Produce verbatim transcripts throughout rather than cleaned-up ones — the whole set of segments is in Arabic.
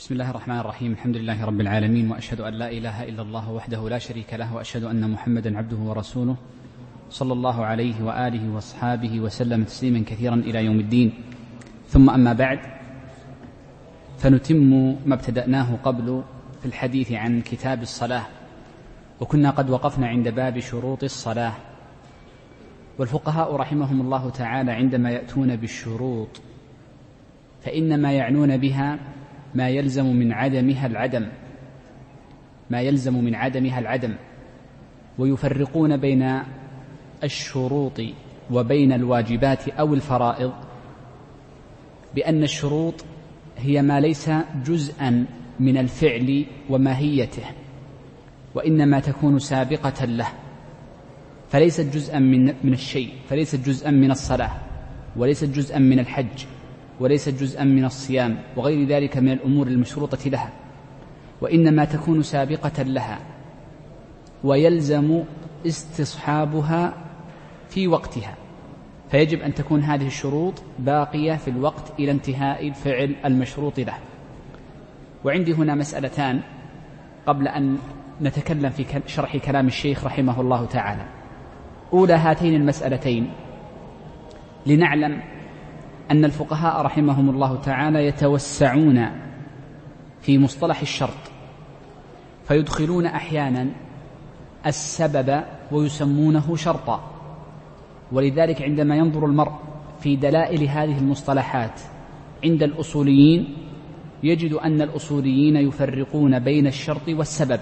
بسم الله الرحمن الرحيم. الحمد لله رب العالمين، وأشهد أن لا إله إلا الله وحده لا شريك له، وأشهد أن محمدا عبده ورسوله صلى الله عليه وآله وأصحابه وسلم تسليما كثيرا إلى يوم الدين. ثم أما بعد، فنتم ما ابتدأناه قبل في الحديث عن كتاب الصلاة، وكنا قد وقفنا عند باب شروط الصلاة. والفقهاء رحمهم الله تعالى عندما يأتون بالشروط فإنما يعنون بها ما يلزم من عدمها العدم ما يلزم من عدمها العدم ويفرقون بين الشروط وبين الواجبات أو الفرائض بأن الشروط هي ما ليس جزءا من الفعل وماهيته، وإنما تكون سابقة له، فليست جزءا من من الشيء، فليست جزءا من الصلاة، وليست جزءا من الحج، وليست جزءا من الصيام وغير ذلك من الأمور المشروطة لها، وإنما تكون سابقة لها، ويلزم استصحابها في وقتها، فيجب أن تكون هذه الشروط باقية في الوقت إلى انتهاء الفعل المشروط له. وعندي هنا مسألتان قبل أن نتكلم في شرح كلام الشيخ رحمه الله تعالى. أولى هاتين المسألتين لنعلم أن الفقهاء رحمهم الله تعالى يتوسعون في مصطلح الشرط، فيدخلون أحيانا السبب ويسمونه شرطا، ولذلك عندما ينظر المرء في دلائل هذه المصطلحات عند الأصوليين يجد أن الأصوليين يفرقون بين الشرط والسبب،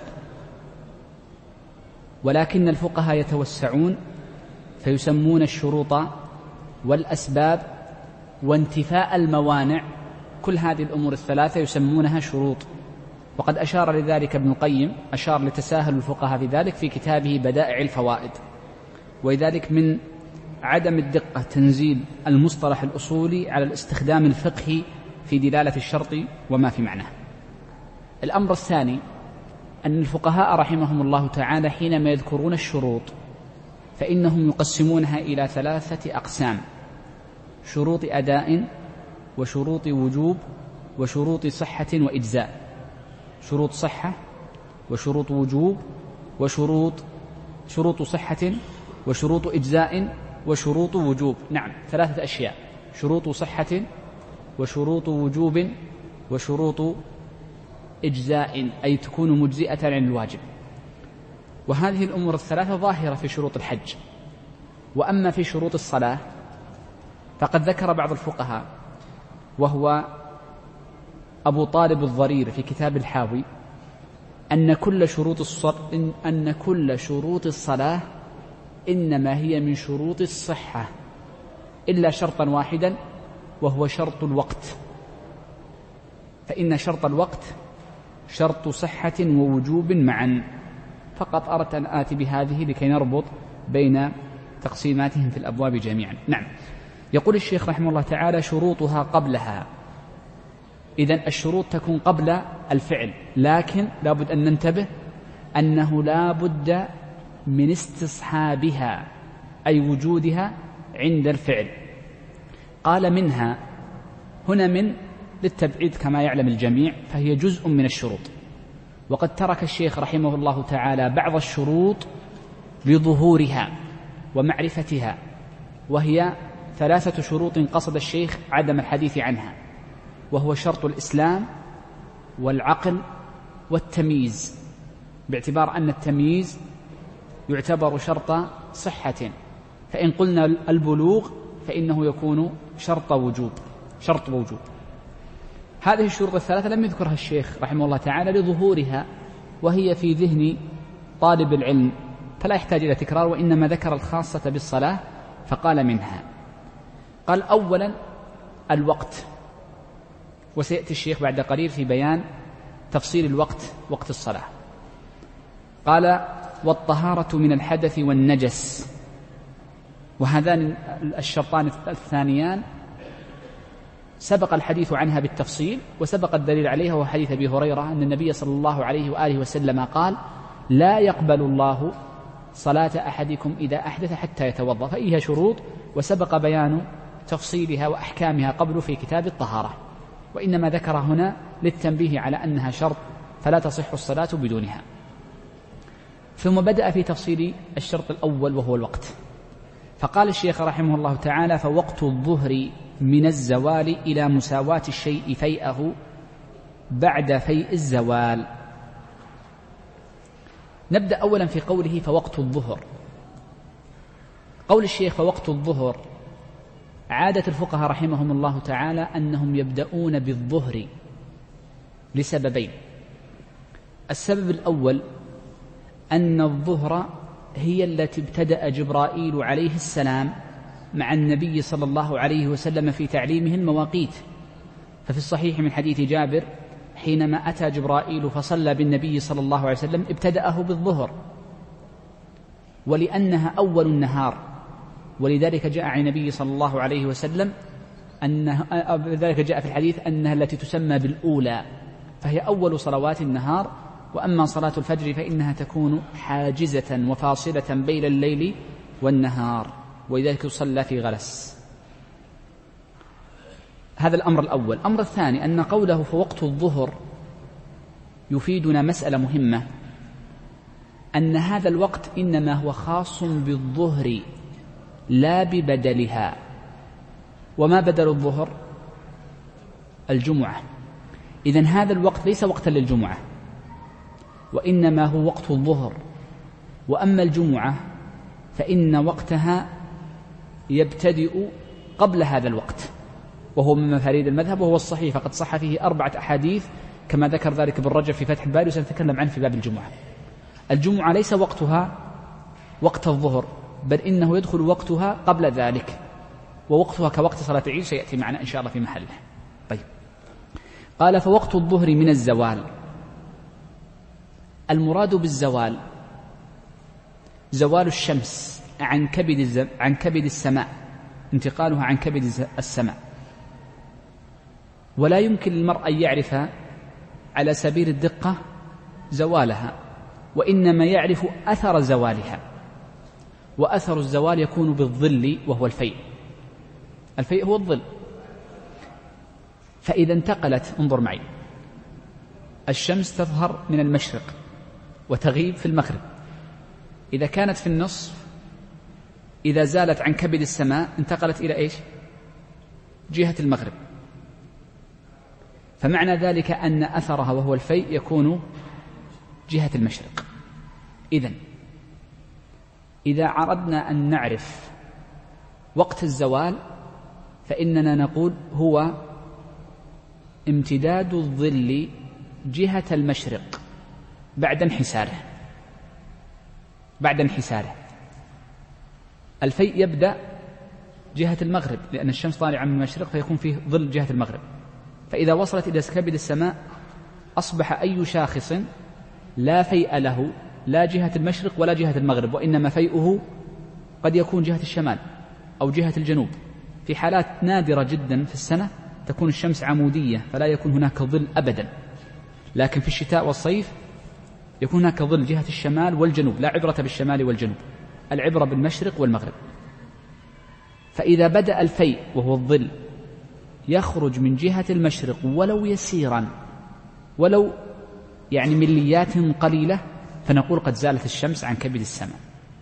ولكن الفقهاء يتوسعون فيسمون الشروط والأسباب وانتفاء الموانع، كل هذه الأمور الثلاثة يسمونها شروط. وقد أشار لذلك ابن القيم، أشار لتساهل الفقهاء في ذلك في كتابه بدائع الفوائد. ولذلك من عدم الدقة تنزيل المصطلح الأصولي على الاستخدام الفقهي في دلالة الشرط وما في معناه. الأمر الثاني أن الفقهاء رحمهم الله تعالى حينما يذكرون الشروط فإنهم يقسمونها إلى ثلاثة أقسام: شروط أداء، وشروط وجوب، وشروط صحة وإجزاء. شروط صحة وشروط وجوب وشروط شروط صحة وشروط إجزاء وشروط وجوب. نعم، ثلاثة أشياء: شروط صحة وشروط وجوب وشروط إجزاء، أي تكون مجزئة عن الواجب. وهذه الأمور الثلاثة ظاهرة في شروط الحج. وأما في شروط الصلاة فقد ذكر بعض الفقهاء وهو أبو طالب الضرير في كتاب الحاوي أن كل شروط الصلاة أن كل شروط الصلاة إنما هي من شروط الصحة إلا شرطا واحدا، وهو شرط الوقت، فإن شرط الوقت شرط صحة ووجوب معا. فقط أردت أن آتي بهذه لكي نربط بين تقسيماتهم في الأبواب جميعا. نعم، يقول الشيخ رحمه الله تعالى: شروطها قبلها. إذن الشروط تكون قبل الفعل، لكن لا بد أن ننتبه أنه لا بد من استصحابها، أي وجودها عند الفعل. قال منها هنا من للتبعيد كما يعلم الجميع، فهي جزء من الشروط. وقد ترك الشيخ رحمه الله تعالى بعض الشروط لظهورها ومعرفتها، وهي ثلاثة شروط قصد الشيخ عدم الحديث عنها، وهو شرط الإسلام والعقل والتمييز، باعتبار أن التمييز يعتبر شرط صحة، فإن قلنا البلوغ فإنه يكون شرط وجوب شرط وجوب. هذه الشروط الثلاثة لم يذكرها الشيخ رحمه الله تعالى لظهورها، وهي في ذهن طالب العلم فلا يحتاج إلى تكرار، وإنما ذكر الخاصة بالصلاة فقال منها. قال: أولا الوقت، وسيأتي الشيخ بعد قليل في بيان تفصيل الوقت، وقت الصلاة. قال: والطهارة من الحدث والنجس. وهذان الشرطان الثانيان سبق الحديث عنها بالتفصيل، وسبق الدليل عليها، وهو حديث أبي هريرة أن النبي صلى الله عليه وآله وسلم قال: لا يقبل الله صلاة أحدكم إذا أحدث حتى يتوضأ. فإيها شروط، وسبق بيان تفصيلها وأحكامها قبل في كتاب الطهارة. وإنما ذكر هنا للتنبيه على أنها شرط فلا تصح الصلاة بدونها. ثم بدأ في تفصيل الشرط الأول وهو الوقت، فقال الشيخ رحمه الله تعالى: فوقت الظهر من الزوال إلى مساواة الشيء فيئه بعد فيء الزوال. نبدأ أولا في قوله فوقت الظهر. قول الشيخ فوقت الظهر، عادة الفقهاء رحمهم الله تعالى أنهم يبدأون بالظهر لسببين. السبب الأول أن الظهر هي التي ابتدأ جبرائيل عليه السلام مع النبي صلى الله عليه وسلم في تعليمه المواقيت، ففي الصحيح من حديث جابر حينما أتى جبرائيل فصلى بالنبي صلى الله عليه وسلم ابتدأه بالظهر، ولأنها أول النهار، ولذلك جاء عن النبي صلى الله عليه وسلم أنه ذلك جاء في الحديث أنها التي تسمى بالأولى، فهي أول صلوات النهار. وأما صلاة الفجر فإنها تكون حاجزة وفاصلة بين الليل والنهار، ولذلك يصلى في غلس. هذا الأمر الأول. الأمر الثاني أن قوله فوقت الظهر يفيدنا مسألة مهمة، أن هذا الوقت إنما هو خاص بالظهر لا ببدلها. وما بدل الظهر؟ الجمعة. إذن هذا الوقت ليس وقتا للجمعة، وإنما هو وقت الظهر. وأما الجمعة فإن وقتها يبتدئ قبل هذا الوقت، وهو من مفاريد المذهب وهو الصحيح، فقد صح فيه أربعة أحاديث كما ذكر ذلك ابن رجب في فتح الباري، وسنتكلم عنه في باب الجمعة. الجمعة ليس وقتها وقت الظهر، بل إنه يدخل وقتها قبل ذلك، ووقتها كوقت صلاة العيد سيأتي معنا إن شاء الله في محله. طيب، قال فوقت الظهر من الزوال. المراد بالزوال زوال الشمس عن كبد عن كبد السماء، انتقالها عن كبد السماء. ولا يمكن للمرء أن يعرف على سبيل الدقة زوالها، وإنما يعرف أثر زوالها، وأثر الزوال يكون بالظل وهو الفيء. الفيء هو الظل. فإذا انتقلت، انظر معي، الشمس تظهر من المشرق وتغيب في المغرب. إذا كانت في النصف، إذا زالت عن كبد السماء انتقلت إلى إيش؟ جهة المغرب. فمعنى ذلك أن أثرها وهو الفيء يكون جهة المشرق. إذن إذا أردنا أن نعرف وقت الزوال فإننا نقول هو امتداد الظل جهة المشرق بعد انحساره بعد انحساره الفيء يبدأ جهة المغرب، لأن الشمس طالعة من المشرق فيكون فيه ظل جهة المغرب. فإذا وصلت إلى كبد السماء أصبح أي شاخص لا فيء له لا جهة المشرق ولا جهة المغرب، وإنما فيئه قد يكون جهة الشمال أو جهة الجنوب. في حالات نادرة جدا في السنة تكون الشمس عمودية فلا يكون هناك ظل أبدا، لكن في الشتاء والصيف يكون هناك ظل جهة الشمال والجنوب. لا عبرة بالشمال والجنوب، العبرة بالمشرق والمغرب. فإذا بدأ الفيء وهو الظل يخرج من جهة المشرق ولو يسيرا، ولو يعني مليات قليلة، فنقول قد زالت الشمس عن كبد السماء،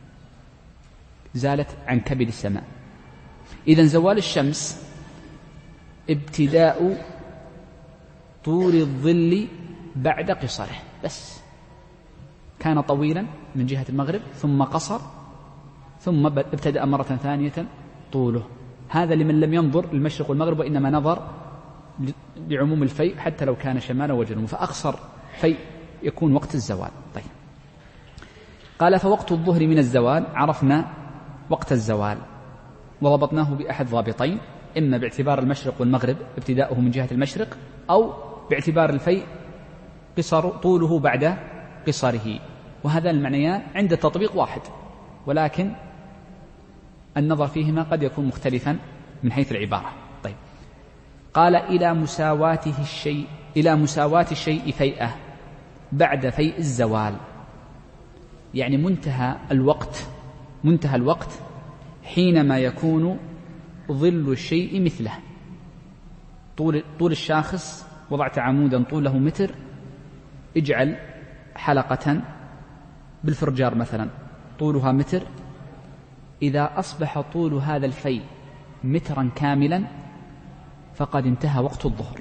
زالت عن كبد السماء. إذن زوال الشمس ابتداء طول الظل بعد قصره، بس كان طويلا من جهة المغرب ثم قصر ثم ابتدأ مرة ثانية طوله. هذا لمن لم ينظر المشرق والمغرب وإنما نظر لعموم الفيء حتى لو كان شمالا وجنوبا، فأقصر فيء يكون وقت الزوال. طيب، قال فوقت الظهر من الزوال. عرفنا وقت الزوال وضبطناه بأحد ضابطين، إما باعتبار المشرق والمغرب ابتداؤه من جهة المشرق، أو باعتبار الفيء قصر طوله بعد قصره. وهذا المعنيان عند التطبيق واحد، ولكن النظر فيهما قد يكون مختلفا من حيث العبارة. طيب، قال إلى مساواته الشيء إلى مساواة الشيء فيئة بعد فيء الزوال، يعني منتهى الوقت منتهى الوقت حينما يكون ظل الشيء مثله. طول, طول الشاخص وضعت عمودا طوله متر، اجعل حلقة بالفرجار مثلا طولها متر، إذا أصبح طول هذا الفي مترا كاملا فقد انتهى وقت الظهر.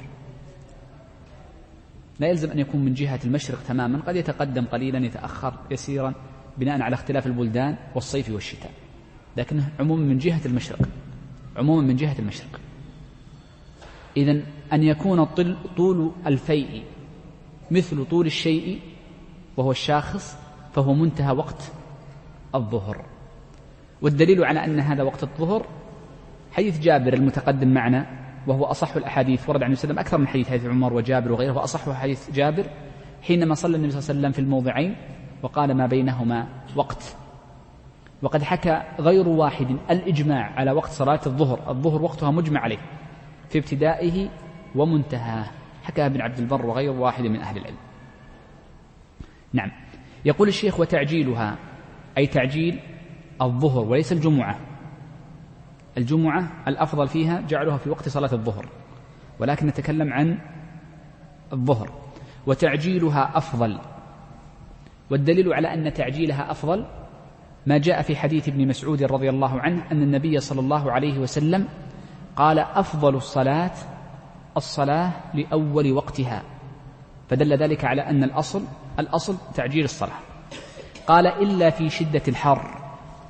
لا يلزم أن يكون من جهة المشرق تماما، قد يتقدم قليلا يتأخر يسيرا بناء على اختلاف البلدان والصيف والشتاء، لكنه عموما من جهة المشرق، عموما من جهة المشرق. إذن أن يكون طول الفيء مثل طول الشيء وهو الشاخص فهو منتهى وقت الظهر. والدليل على أن هذا وقت الظهر حديث جابر المتقدم معنا، وهو أصح الأحاديث، ورد عن النبي صلى الله عليه وسلم أكثر من حديث حديث عمر وجابر وغيره، وأصح حديث جابر حينما صلى النبي صلى الله عليه وسلم في الموضعين وقال ما بينهما وقت. وقد حكى غير واحد الإجماع على وقت صلاة الظهر، الظهر وقتها مجمع عليه في ابتدائه ومنتهاه، حكى ابن عبد البر وغير واحد من أهل العلم. نعم. يقول الشيخ وتعجيلها أي تعجيل الظهر وليس الجمعة. الجمعة الأفضل فيها جعلها في وقت صلاة الظهر، ولكن نتكلم عن الظهر. وتعجيلها أفضل، والدليل على أن تعجيلها أفضل ما جاء في حديث ابن مسعود رضي الله عنه أن النبي صلى الله عليه وسلم قال أفضل الصلاة الصلاة لأول وقتها، فدل ذلك على أن الأصل الأصل تعجيل الصلاة. قال إلا في شدة الحر،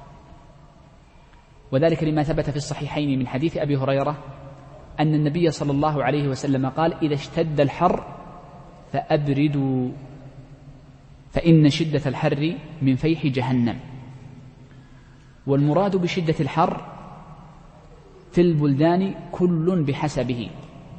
وذلك لما ثبت في الصحيحين من حديث أبي هريرة أن النبي صلى الله عليه وسلم قال إذا اشتد الحر فأبردوا فإن شدة الحر من فيح جهنم. والمراد بشدة الحر في البلدان كل بحسبه،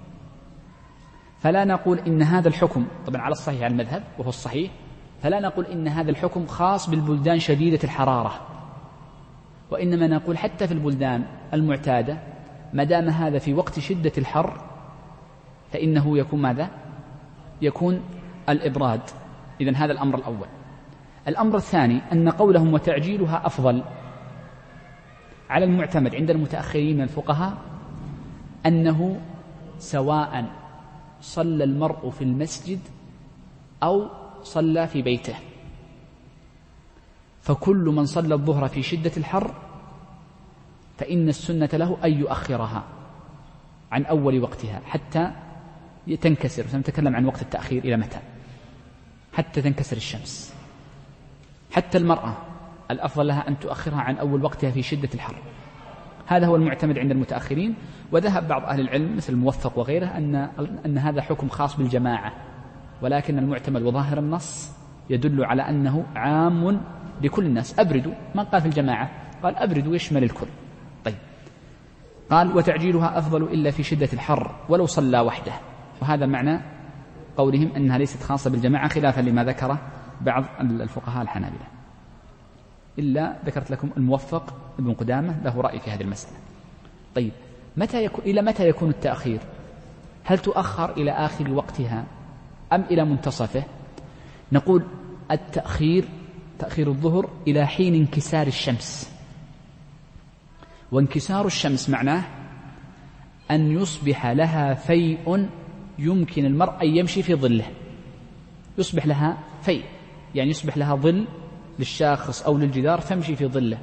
فلا نقول إن هذا الحكم طبعا على الصحيح على المذهب وهو الصحيح، فلا نقول إن هذا الحكم خاص بالبلدان شديدة الحرارة، وإنما نقول حتى في البلدان المعتادة ما دام هذا في وقت شدة الحر فإنه يكون ماذا؟ يكون الإبراد. إذن هذا الأمر الأول. الأمر الثاني أن قولهم وتعجيلها أفضل على المعتمد عند المتأخرين من الفقهاء أنه سواء صلى المرء في المسجد أو صلى في بيته، فكل من صلى الظهر في شدة الحر فإن السنة له أن يؤخرها عن أول وقتها حتى تنكسر، سنتكلم عن وقت التأخير إلى متى، حتى تنكسر الشمس. حتى المرأة الأفضل لها أن تؤخرها عن أول وقتها في شدة الحر. هذا هو المعتمد عند المتأخرين. وذهب بعض أهل العلم مثل الموفق وغيره أن, أن هذا حكم خاص بالجماعة، ولكن المعتمد وظاهر النص يدل على أنه عام لكل الناس. أبردوا، ما قال في الجماعة، قال أبردوا يشمل الكل. طيب، قال وتعجيلها أفضل إلا في شدة الحر ولو صلى وحده، وهذا معنى قولهم أنها ليست خاصة بالجماعة خلافا لما ذكره بعض الفقهاء الحنابلة. إلا ذكرت لكم الموفق ابن قدامة له رأي في هذه المسألة. طيب، متى يكون إلى متى يكون التأخير؟ هل تؤخر إلى آخر وقتها أم إلى منتصفه؟ نقول التأخير تأخير الظهر إلى حين انكسار الشمس. وانكسار الشمس معناه أن يصبح لها فيء يمكن المرء أن يمشي في ظله، يصبح لها فيء يعني يصبح لها ظل للشاخص أو للجدار فامشي في ظله.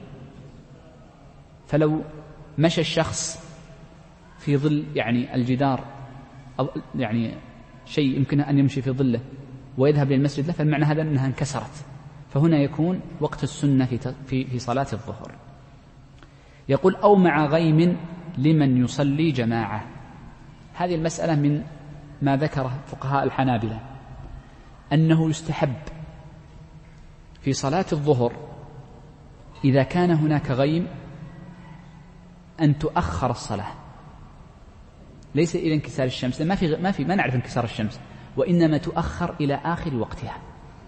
فلو مشى الشخص في ظل يعني الجدار أو يعني شيء يمكن أن يمشي في ظله ويذهب للمسجد له، فالمعنى هذا أنها انكسرت، فهنا يكون وقت السنة في في في صلاة الظهر. يقول أو مع غيم لمن يصلي جماعة. هذه المسألة من ما ذكره فقهاء الحنابلة أنه يستحب في صلاة الظهر إذا كان هناك غيم أن تؤخر الصلاة، ليس إلى انكسار الشمس، ما في ما في ما نعرف انكسار الشمس، وإنما تؤخر إلى آخر وقتها.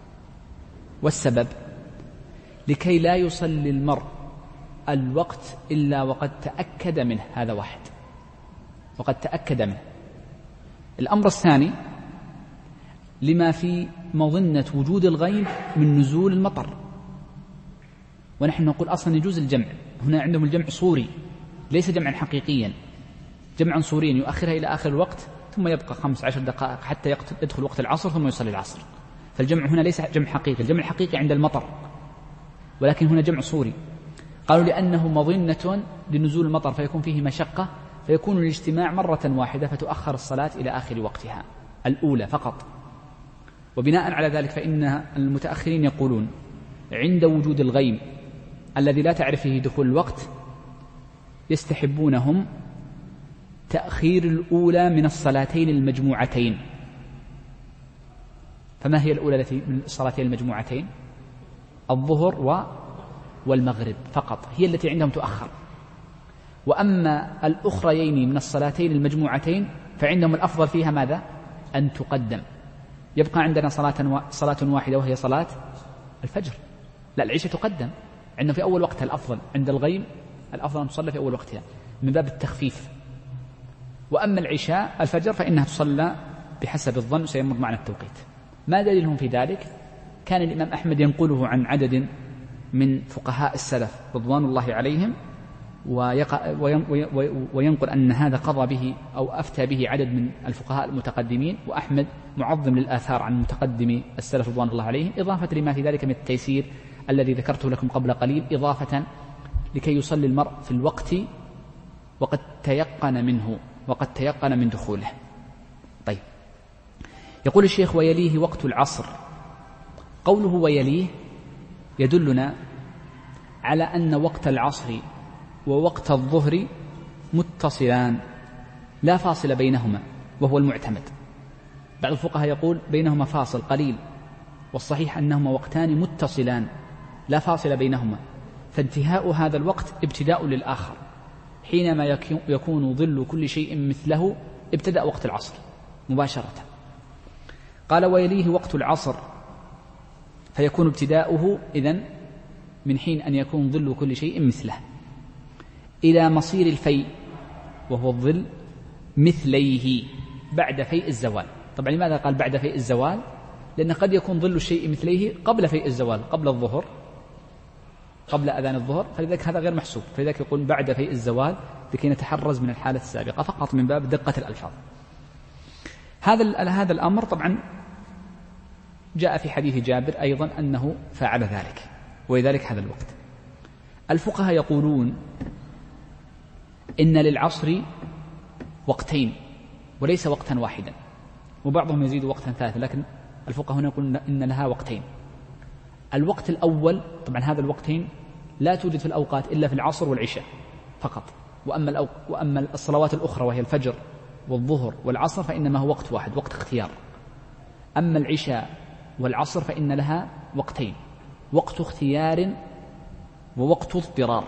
والسبب لكي لا يصلي المرء الوقت إلا وقد تأكد منه، هذا واحد، وقد تأكد منه. الأمر الثاني لما في مظنة وجود الغيم من نزول المطر، ونحن نقول أصلا يجوز الجمع، هنا عندهم الجمع صوري ليس جمعا حقيقيا، جمعا صوريا يؤخرها إلى آخر الوقت ثم يبقى خمس عشر دقائق حتى يدخل وقت العصر ثم يصلي العصر. فالجمع هنا ليس جمع حقيقي، الجمع الحقيقي عند المطر، ولكن هنا جمع صوري. قالوا لأنه مظنة لنزول المطر فيكون فيه مشقة، فيكون الاجتماع مرة واحدة فتؤخر الصلاة إلى آخر وقتها الأولى فقط. وبناء على ذلك فإن المتأخرين يقولون عند وجود الغيم الذي لا تعرف فيه دخول الوقت يستحبونهم تأخير الأولى من الصلاتين المجموعتين. فما هي الأولى التي من الصلاتين المجموعتين؟ الظهر و والمغرب فقط هي التي عندهم تؤخر. وأما الأخريين من الصلاتين المجموعتين فعندهم الأفضل فيها ماذا؟ أن تقدم. يبقى عندنا صلاة, صلاة واحدة وهي صلاة الفجر. لا، العشاء تقدم عندنا في أول وقتها الأفضل، عند الغيم الأفضل أن تصلى في أول وقتها من باب التخفيف. وأما العشاء الفجر فإنها تصلى بحسب الظن، سيمر معنا التوقيت. ما دليلهم في ذلك؟ كان الإمام أحمد ينقله عن عدد من فقهاء السلف رضوان الله عليهم وينقل أن هذا قضى به أو أفتى به عدد من الفقهاء المتقدمين، وأحمد معظم للآثار عن متقدمي السلف رضوان الله عليهم، إضافة لما في ذلك من التيسير الذي ذكرته لكم قبل قليل، إضافة لكي يصلي المرء في الوقت وقد تيقن منه وقد تيقن من دخوله. طيب، يقول الشيخ ويليه وقت العصر. قوله ويليه يدلنا على أن وقت العصر ووقت الظهر متصلان لا فاصل بينهما، وهو المعتمد. بعض الفقهاء يقول بينهما فاصل قليل، والصحيح أنهما وقتان متصلان لا فاصل بينهما، فانتهاء هذا الوقت ابتداء للآخر. حينما يكون ظل كل شيء مثله ابتدأ وقت العصر مباشرة. قال ويليه وقت العصر، فيكون ابتداؤه إذن من حين أن يكون ظل كل شيء مثله إلى مصير الفيء، وهو الظل مثليه بعد فيء الزوال. طبعا لماذا قال بعد فيء الزوال؟ لأن قد يكون ظل الشيء مثليه قبل فيء الزوال، قبل الظهر، قبل أذان الظهر، فلذلك هذا غير محسوب، فلذلك يقول بعد فيء الزوال لكي نتحرز من الحالة السابقة فقط من باب دقة الألفاظ. هذا هذا الأمر طبعا جاء في حديث جابر أيضا أنه فعل ذلك، ولذلك هذا الوقت. الفقهاء يقولون إن للعصر وقتين وليس وقتا واحدا، وبعضهم يزيد وقتا ثالثا، لكن الفقهاء هنا يقولون إن لها وقتين. الوقت الأول طبعا هذا الوقتين لا توجد في الأوقات إلا في العصر والعشاء فقط، وأما, الأوق... وأما الصلوات الأخرى وهي الفجر والظهر والعصر فإنما هو وقت واحد، وقت اختيار. أما العشاء والعصر فإن لها وقتين، وقت اختيار ووقت اضطرار.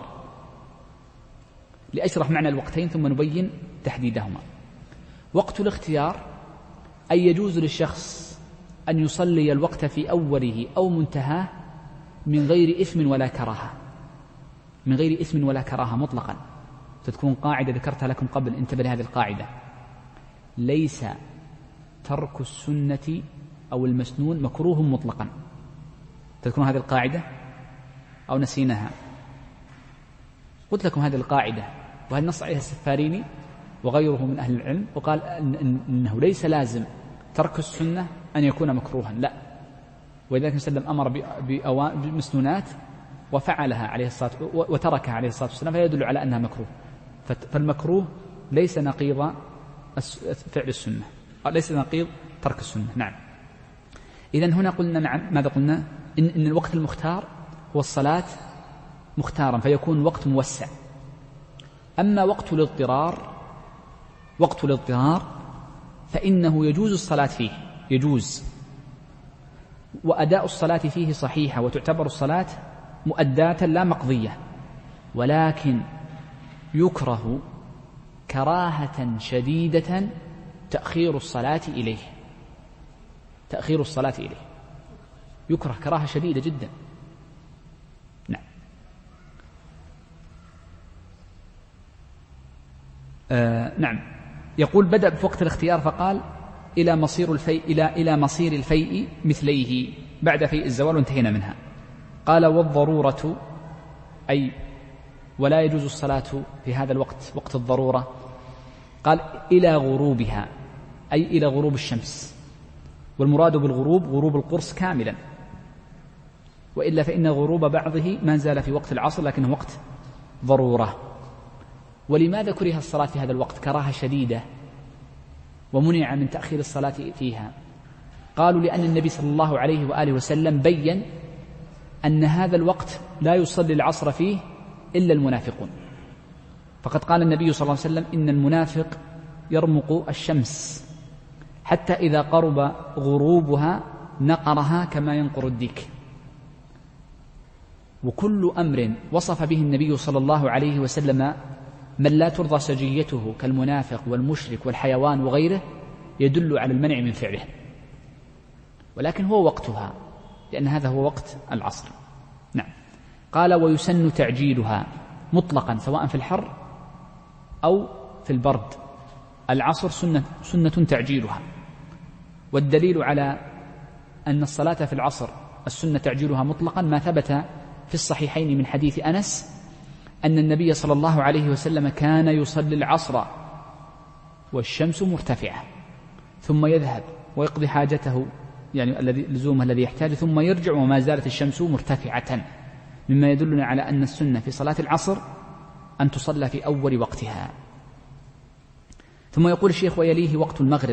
لأشرح معنى الوقتين ثم نبين تحديدهما. وقت الاختيار أي يجوز للشخص أن يصلي الوقت في أوله أو منتهاه من غير إثم ولا كراهة، من غير إثم ولا كراهة مطلقا. ستكون قاعدة ذكرتها لكم قبل، انتبه لهذه القاعدة: ليس ترك السنة أو المسنون مكروه مطلقا. تذكرون هذه القاعدة أو نسيناها؟ قلت لكم هذه القاعدة، وهل نص عليها السفاريني وغيره من أهل العلم، وقال إنه ليس لازم ترك السنة أن يكون مكروها، لا. ولذلك وسلم أمر بمسنونات وفعلها عليه الصلاة وتركها عليه الصلاة والسلام، فيدل على أنها مكروه. فالمكروه ليس نقيض فعل السنة، ليس نقيض ترك السنة. نعم. إذن هنا قلنا نعم، ماذا قلنا؟ إن, إن الوقت المختار هو الصلاة مختارا، فيكون وقت موسع. أما وقت الاضطرار، وقت الاضطرار فإنه يجوز الصلاة فيه، يجوز، وأداء الصلاة فيه صحيحة، وتعتبر الصلاة مؤداة لا مقضية، ولكن يكره كراهة شديدة تأخير الصلاة إليه، تأخير الصلاة إليه يكره كراهة شديدة جدا. نعم. آه نعم. يقول بدأ بوقت الاختيار فقال إلى مصير الفيء إلى إلى مصير الفيء مثليه بعد فيء الزوال، وانتهينا منها. قال والضرورة أي ولا يجوز الصلاة في هذا الوقت، وقت الضرورة، قال إلى غروبها أي إلى غروب الشمس، والمراد بالغروب غروب القرص كاملا، وإلا فإن غروب بعضه ما زال في وقت العصر لكنه وقت ضرورة. ولماذا كره الصلاة في هذا الوقت كراهة شديدة ومنع من تأخير الصلاة فيها؟ قالوا لأن النبي صلى الله عليه وآله وسلم بيّن أن هذا الوقت لا يصلي العصر فيه إلا المنافقون، فقد قال النبي صلى الله عليه وسلم إن المنافق يرمق الشمس حتى إذا قرب غروبها نقرها كما ينقر الديك. وكل أمر وصف به النبي صلى الله عليه وسلم من لا ترضى سجيته كالمنافق والمشرك والحيوان وغيره يدل على المنع من فعله، ولكن هو وقتها لأن هذا هو وقت العصر. نعم. قال ويسن تعجيلها مطلقا سواء في الحر أو في البرد، العصر سنة, سنة تعجيلها. والدليل على أن الصلاة في العصر السنة تعجيلها مطلقا ما ثبت في الصحيحين من حديث أنس أن النبي صلى الله عليه وسلم كان يصلي العصر والشمس مرتفعة ثم يذهب ويقضي حاجته يعني الذي لزومه الذي يحتاج ثم يرجع وما زالت الشمس مرتفعة، مما يدلنا على أن السنة في صلاة العصر أن تصلى في أول وقتها. ثم يقول الشيخ ويليه وقت المغرب،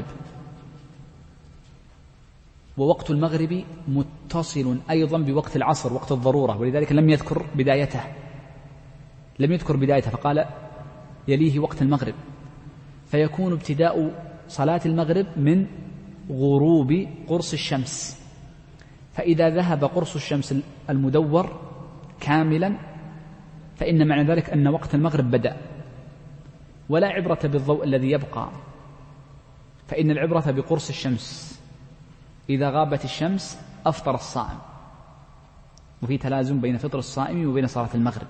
ووقت المغرب متصل أيضا بوقت العصر وقت الضرورة، ولذلك لم يذكر بدايته لم يذكر بدايته فقال يليه وقت المغرب، فيكون ابتداء صلاة المغرب من غروب قرص الشمس، فإذا ذهب قرص الشمس المدور كاملا فإن معنى ذلك أن وقت المغرب بدأ، ولا عبرة بالضوء الذي يبقى، فإن العبرة بقرص الشمس، إذا غابت الشمس أفطر الصائم، وفي تلازم بين فطر الصائم وبين صلاة المغرب،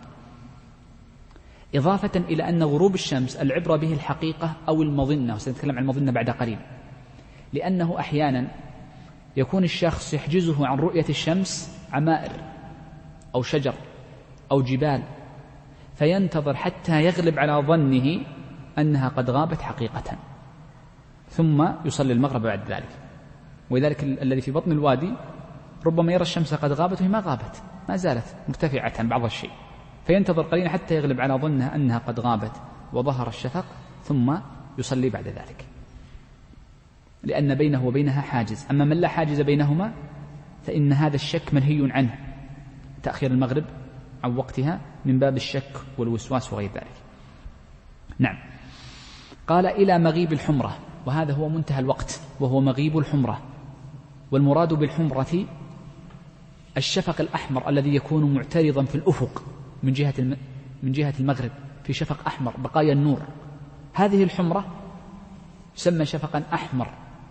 إضافة إلى أن غروب الشمس العبرة به الحقيقة أو المظنة، وسنتكلم عن المظنة بعد قليل، لأنه أحيانا يكون الشخص يحجزه عن رؤية الشمس عمائر أو شجر أو جبال، فينتظر حتى يغلب على ظنه أنها قد غابت حقيقة ثم يصلي المغرب بعد ذلك. ولذلك الذي في بطن الوادي ربما يرى الشمس قد غابت وهي ما غابت، ما زالت مرتفعة بعض الشيء، فينتظر قليلا حتى يغلب على ظنه أنها قد غابت وظهر الشفق ثم يصلي بعد ذلك، لأن بينه وبينها حاجز. أما من لا حاجز بينهما فإن هذا الشك منهي عنه، تأخير المغرب عن وقتها من باب الشك والوسواس وغير ذلك. نعم. قال إلى مغيب الحمرة، وهذا هو منتهى الوقت وهو مغيب الحمرة، والمراد بالحمرة الشفق الأحمر الذي يكون معترضا في الأفق من جهة من جهة المغرب، في شفق أحمر بقايا النور، هذه الحمرة يسمى شفقا أحمر،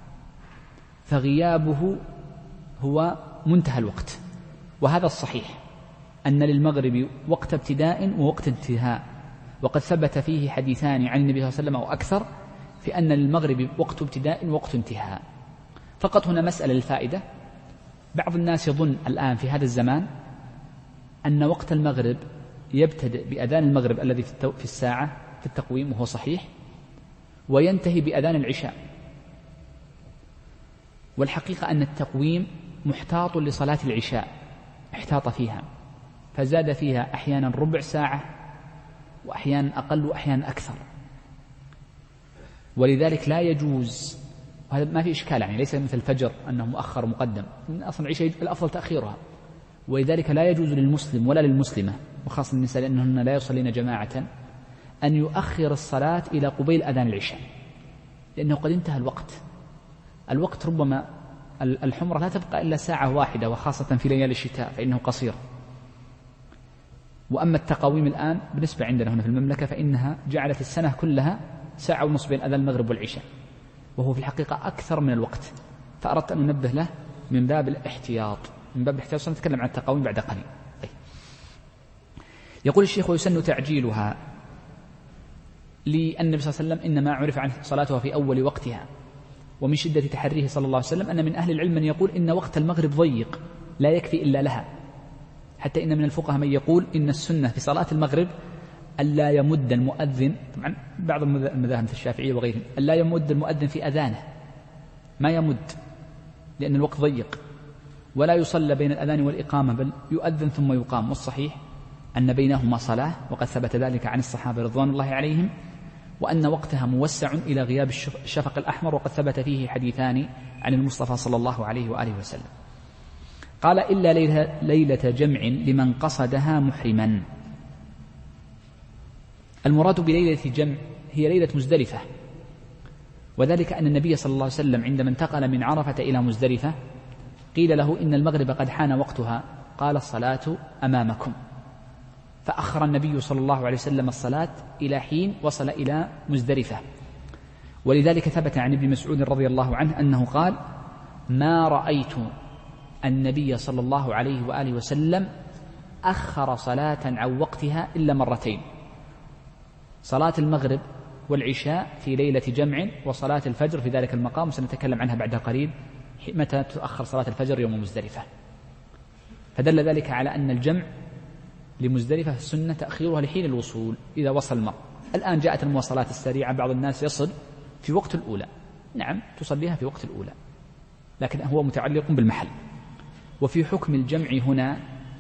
فغيابه هو منتهى الوقت. وهذا الصحيح أن للمغرب وقت ابتداء ووقت انتهاء، وقد ثبت فيه حديثان عن النبي صلى الله عليه وسلم أو أكثر في أن للمغرب وقت ابتداء ووقت انتهاء. فقط هنا مسألة للفائدة، بعض الناس يظن الآن في هذا الزمان أن وقت المغرب يبتدئ بأذان المغرب الذي في الساعة في التقويم وهو صحيح، وينتهي بأذان العشاء، والحقيقة أن التقويم محتاط لصلاة العشاء، احتاط فيها فزاد فيها أحيانا ربع ساعة وأحيانا أقل وأحيانا أكثر، ولذلك لا يجوز، وهذا ما في إشكال يعني ليس مثل الفجر أنه مؤخر مقدم، أصلا العشاء الأفضل تأخيرها، ولذلك لا يجوز للمسلم ولا للمسلمة وخاصة النساء لأنهن لا يصلين جماعة أن يؤخر الصلاة إلى قبيل أذان العشاء، لأنه قد انتهى الوقت. الوقت ربما الحمرة لا تبقى إلا ساعة واحدة، وخاصة في ليالي الشتاء فإنه قصير. وأما التقاويم الآن بالنسبة عندنا هنا في المملكة فإنها جعلت السنة كلها ساعة ونصف بين أذان المغرب والعشاء، وهو في الحقيقة أكثر من الوقت، فأردت أن ننبه له من باب الاحتياط، من باب الاحتياط سنتكلم عن التقاويم بعد قليل. طيب. يقول الشيخ ويسن تعجيلها، لأن النبي صلى الله عليه وسلم إنما عرف عن صلاتها في أول وقتها، ومن شدة تحريه صلى الله عليه وسلم أن من أهل العلم من يقول إن وقت المغرب ضيق لا يكفي إلا لها، حتى إن من الفقهاء من يقول إن السنة في صلاة المغرب ألا يمد المؤذن، طبعا بعض المذاهب مثل الشافعية وغيرهم، ألا يمد المؤذن في أذانه، ما يمد لأن الوقت ضيق، ولا يصلى بين الأذان والإقامة، بل يؤذن ثم يقام. والصحيح أن بينهما صلاة، وقد ثبت ذلك عن الصحابة رضوان الله عليهم، وأن وقتها موسع إلى غياب الشفق الأحمر، وقد ثبت فيه حديثان عن المصطفى صلى الله عليه وآله وسلم. قال إلا ليلة جمع لمن قصدها محرما. المراد بليلة جمع هي ليلة مزدلفة، وذلك أن النبي صلى الله عليه وسلم عندما انتقل من عرفة إلى مزدلفة قيل له إن المغرب قد حان وقتها، قال الصلاة أمامكم، فأخر النبي صلى الله عليه وسلم الصلاة إلى حين وصل إلى مزدلفة. ولذلك ثبت عن ابن مسعود رضي الله عنه أنه قال: ما رأيت النبي صلى الله عليه وآله وسلم أخر صلاة عن وقتها إلا مرتين، صلاة المغرب والعشاء في ليلة جمع، وصلاة الفجر في ذلك المقام، سنتكلم عنها بعد قليل متى تؤخر صلاة الفجر يوم مزدلفة. فدل ذلك على أن الجمع لمزدلفة السنة تأخيرها لحين الوصول إذا وصل المرء. الآن جاءت المواصلات السريعة، بعض الناس يصل في وقت الأولى، نعم تصليها في وقت الأولى، لكن هو متعلق بالمحل. وفي حكم الجمع هنا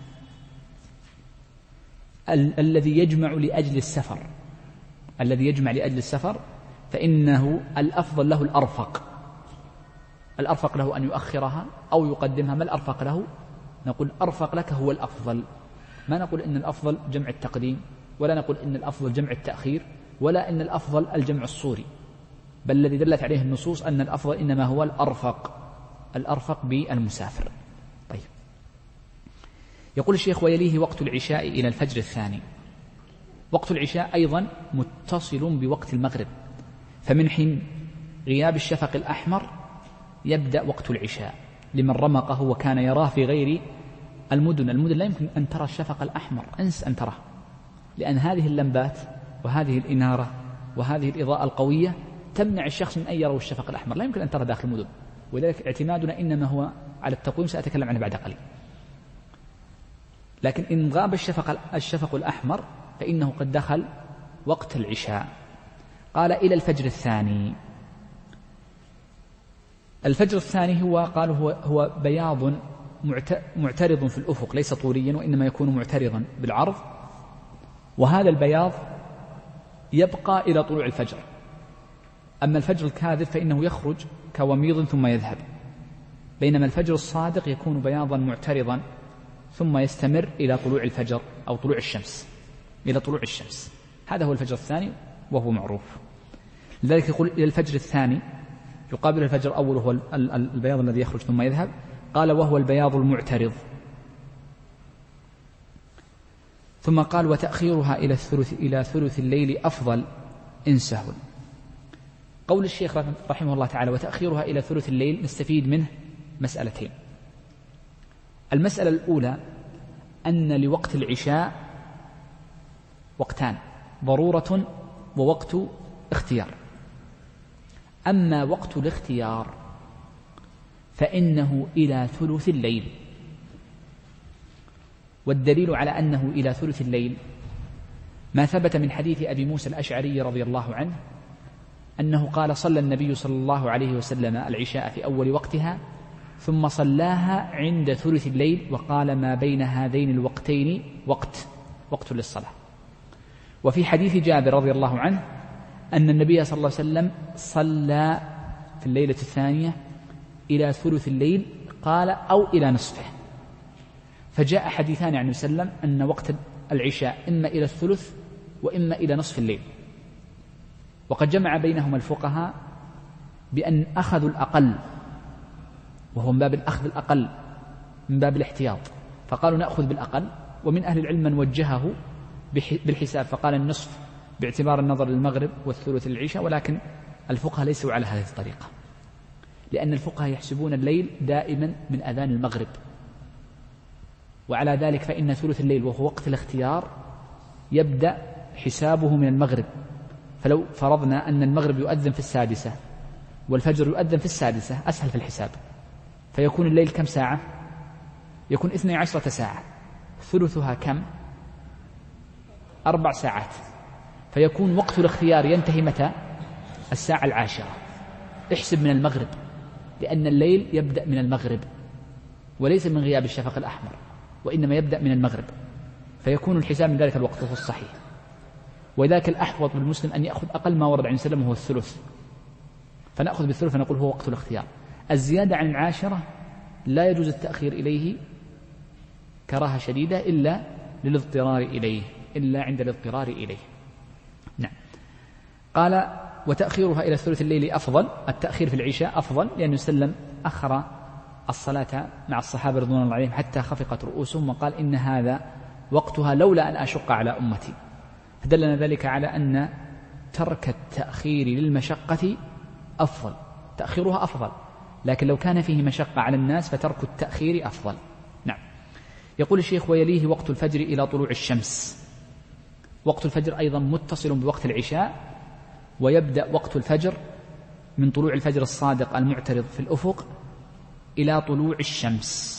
ال- الذي يجمع لأجل السفر، الذي يجمع لأجل السفر فإنه الأفضل له الأرفق، الأرفق له أن يؤخرها أو يقدمها. ما الأرفق له؟ نقول أرفق لك هو الأفضل، ما نقول إن الأفضل جمع التقديم، ولا نقول إن الأفضل جمع التأخير، ولا إن الأفضل الجمع الصوري، بل الذي دلت عليه النصوص أن الأفضل إنما هو الأرفق، الأرفق بالمسافر. طيب، يقول الشيخ: ويليه وقت العشاء إلى الفجر الثاني. وقت العشاء أيضا متصل بوقت المغرب، فمن حين غياب الشفق الأحمر يبدأ وقت العشاء لمن رمقه وكان يراه في غير المدن. المدن لا يمكن أن ترى الشفق الأحمر، أنس أن تراه، لأن هذه اللمبات وهذه الإنارة وهذه الإضاءة القوية تمنع الشخص من أن يروا الشفق الأحمر، لا يمكن أن ترى داخل المدن، ولذلك اعتمادنا إنما هو على التقويم، سأتكلم عنه بعد قليل. لكن إن غاب الشفق, الشفق الأحمر فإنه قد دخل وقت العشاء. قال: إلى الفجر الثاني. الفجر الثاني هو قالوا هو, هو بياض معترض في الأفق، ليس طوليا، وإنما يكون معترضا بالعرض، وهذا البياض يبقى إلى طلوع الفجر. أما الفجر الكاذب فإنه يخرج كوميض ثم يذهب، بينما الفجر الصادق يكون بياضا معترضا ثم يستمر إلى طلوع الفجر أو طلوع الشمس، إلى طلوع الشمس. هذا هو الفجر الثاني وهو معروف. لذلك يقول إلى الفجر الثاني، يقابل الفجر الأول هو البياض الذي يخرج ثم يذهب. قال: وهو البياض المعترض. ثم قال: وتأخيرها إلى الثلث إلى ثلث الليل أفضل إن سهل. قول الشيخ رحمه الله تعالى وتأخيرها إلى ثلث الليل نستفيد منه مسألتين. المسألة الأولى أن لوقت العشاء وقتان: ضرورة ووقت اختيار. أما وقت الاختيار فإنه إلى ثلث الليل، والدليل على أنه إلى ثلث الليل ما ثبت من حديث أبي موسى الأشعري رضي الله عنه أنه قال: صلى النبي صلى الله عليه وسلم العشاء في أول وقتها ثم صلاها عند ثلث الليل، وقال: ما بين هذين الوقتين وقت وقت للصلاة. وفي حديث جابر رضي الله عنه أن النبي صلى الله عليه وسلم صلى في الليلة الثانية إلى ثلث الليل، قال: أو إلى نصفه. فجاء حديثان عن النبي صلى الله عليه وسلم أن وقت العشاء إما إلى الثلث وإما إلى نصف الليل، وقد جمع بينهما الفقهاء بأن أخذوا الأقل، وهو من باب الأخذ الأقل من باب الاحتياط، فقالوا نأخذ بالأقل. ومن أهل العلم من وجهه بالحساب فقال النصف باعتبار النظر للمغرب والثلث للعشاء، ولكن الفقهاء ليسوا على هذه الطريقة، لأن الفقهاء يحسبون الليل دائما من أذان المغرب، وعلى ذلك فإن ثلث الليل وهو وقت الاختيار يبدأ حسابه من المغرب. فلو فرضنا أن المغرب يؤذن في السادسة والفجر يؤذن في السادسة أسهل في الحساب، فيكون الليل كم ساعة؟ يكون اثني عشرة ساعة، ثلثها كم؟ أربع ساعات، فيكون وقت الاختيار ينتهي متى؟ الساعة العاشرة. احسب من المغرب، لأن الليل يبدأ من المغرب وليس من غياب الشفق الأحمر، وإنما يبدأ من المغرب، فيكون الحساب من ذلك الوقت، وهو الصحيح. وذاك الأحوط بالمسلم أن يأخذ أقل ما ورد عن وسلم وهو الثلث، فنأخذ بالثلث فنقول هو وقت الاختيار. الزيادة عن العاشرة لا يجوز التأخير إليه كراهة شديدة إلا للاضطرار إليه، إلا عند الاضطرار إليه. نعم. قال وتأخيرها إلى ثلث الليل أفضل. التأخير في العشاء أفضل، لأن وسلم أخر الصلاة مع الصحابة رضوان الله عليهم حتى خفقت رؤوسهم، وقال إن هذا وقتها لولا أن أشق على أمتي. فدلنا ذلك على أن ترك التأخير للمشقة أفضل، تأخيرها أفضل، لكن لو كان فيه مشقة على الناس فترك التأخير أفضل. نعم. يقول الشيخ ويليه وقت الفجر إلى طلوع الشمس. وقت الفجر أيضا متصل بوقت العشاء، ويبدأ وقت الفجر من طلوع الفجر الصادق المعترض في الأفق إلى طلوع الشمس.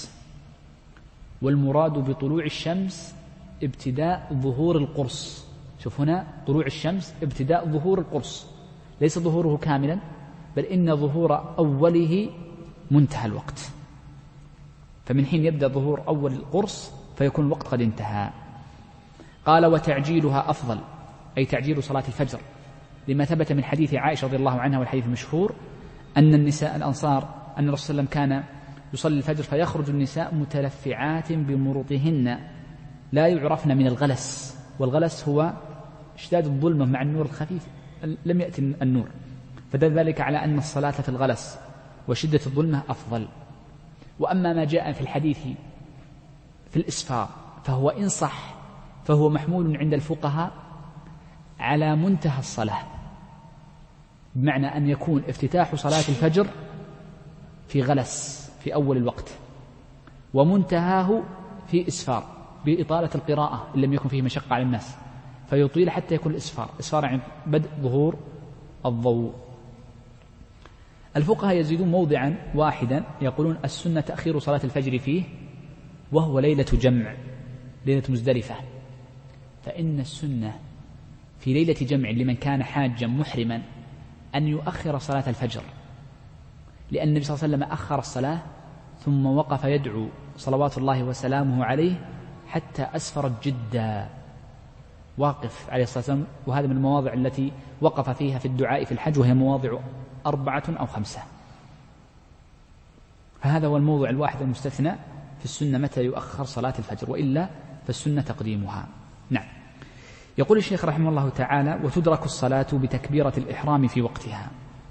والمراد بطلوع الشمس ابتداء ظهور القرص. شوف هنا طلوع الشمس ابتداء ظهور القرص، ليس ظهوره كاملا، بل إن ظهور أوله منتهى الوقت. فمن حين يبدأ ظهور أول القرص فيكون الوقت قد انتهى. قال وتعجيلها أفضل، أي تعجيل صلاة الفجر، لما ثبت من حديث عائشة رضي الله عنها والحديث المشهور أن النساء الأنصار أن الرسول صلى الله عليه وسلم كان يصلي الفجر فيخرج النساء متلفعات بمروطهن لا يعرفن من الغلس، والغلس هو اشتداد الظلمة مع النور الخفيف، لم يأتي النور، فدل ذلك على أن الصلاة في الغلس وشدة الظلمة أفضل. وأما ما جاء في الحديث في الإسفار فهو إن صح فهو محمول عند الفقهاء على منتهى الصلاة، بمعنى أن يكون افتتاح صلاة الفجر في غلس في أول الوقت، ومنتهاه في إسفار بإطالة القراءة إن لم يكن فيه مشقة على الناس، فيطيل حتى يكون الإسفار إسفار عند بدء ظهور الضوء. الفقهاء يزيدون موضعا واحدا يقولون السنة تأخير صلاة الفجر فيه، وهو ليلة جمع، ليلة مزدلفة، فإن السنة في ليلة جمع لمن كان حاجا محرما أن يؤخر صلاة الفجر، لأن النبي صلى الله عليه وسلم أخر الصلاة ثم وقف يدعو صلوات الله وسلامه عليه حتى أسفرت جدا، واقف عليه الصلاة والسلام. وهذا من المواضع التي وقف فيها في الدعاء في الحج، وهي مواضع أربعة أو خمسة، فهذا هو الموضع الواحد المستثنى في السنة متى يؤخر صلاة الفجر، وإلا فالسنة تقديمها. نعم. يقول الشيخ رحمه الله تعالى وتدرك الصلاة بتكبيرة الإحرام في وقتها.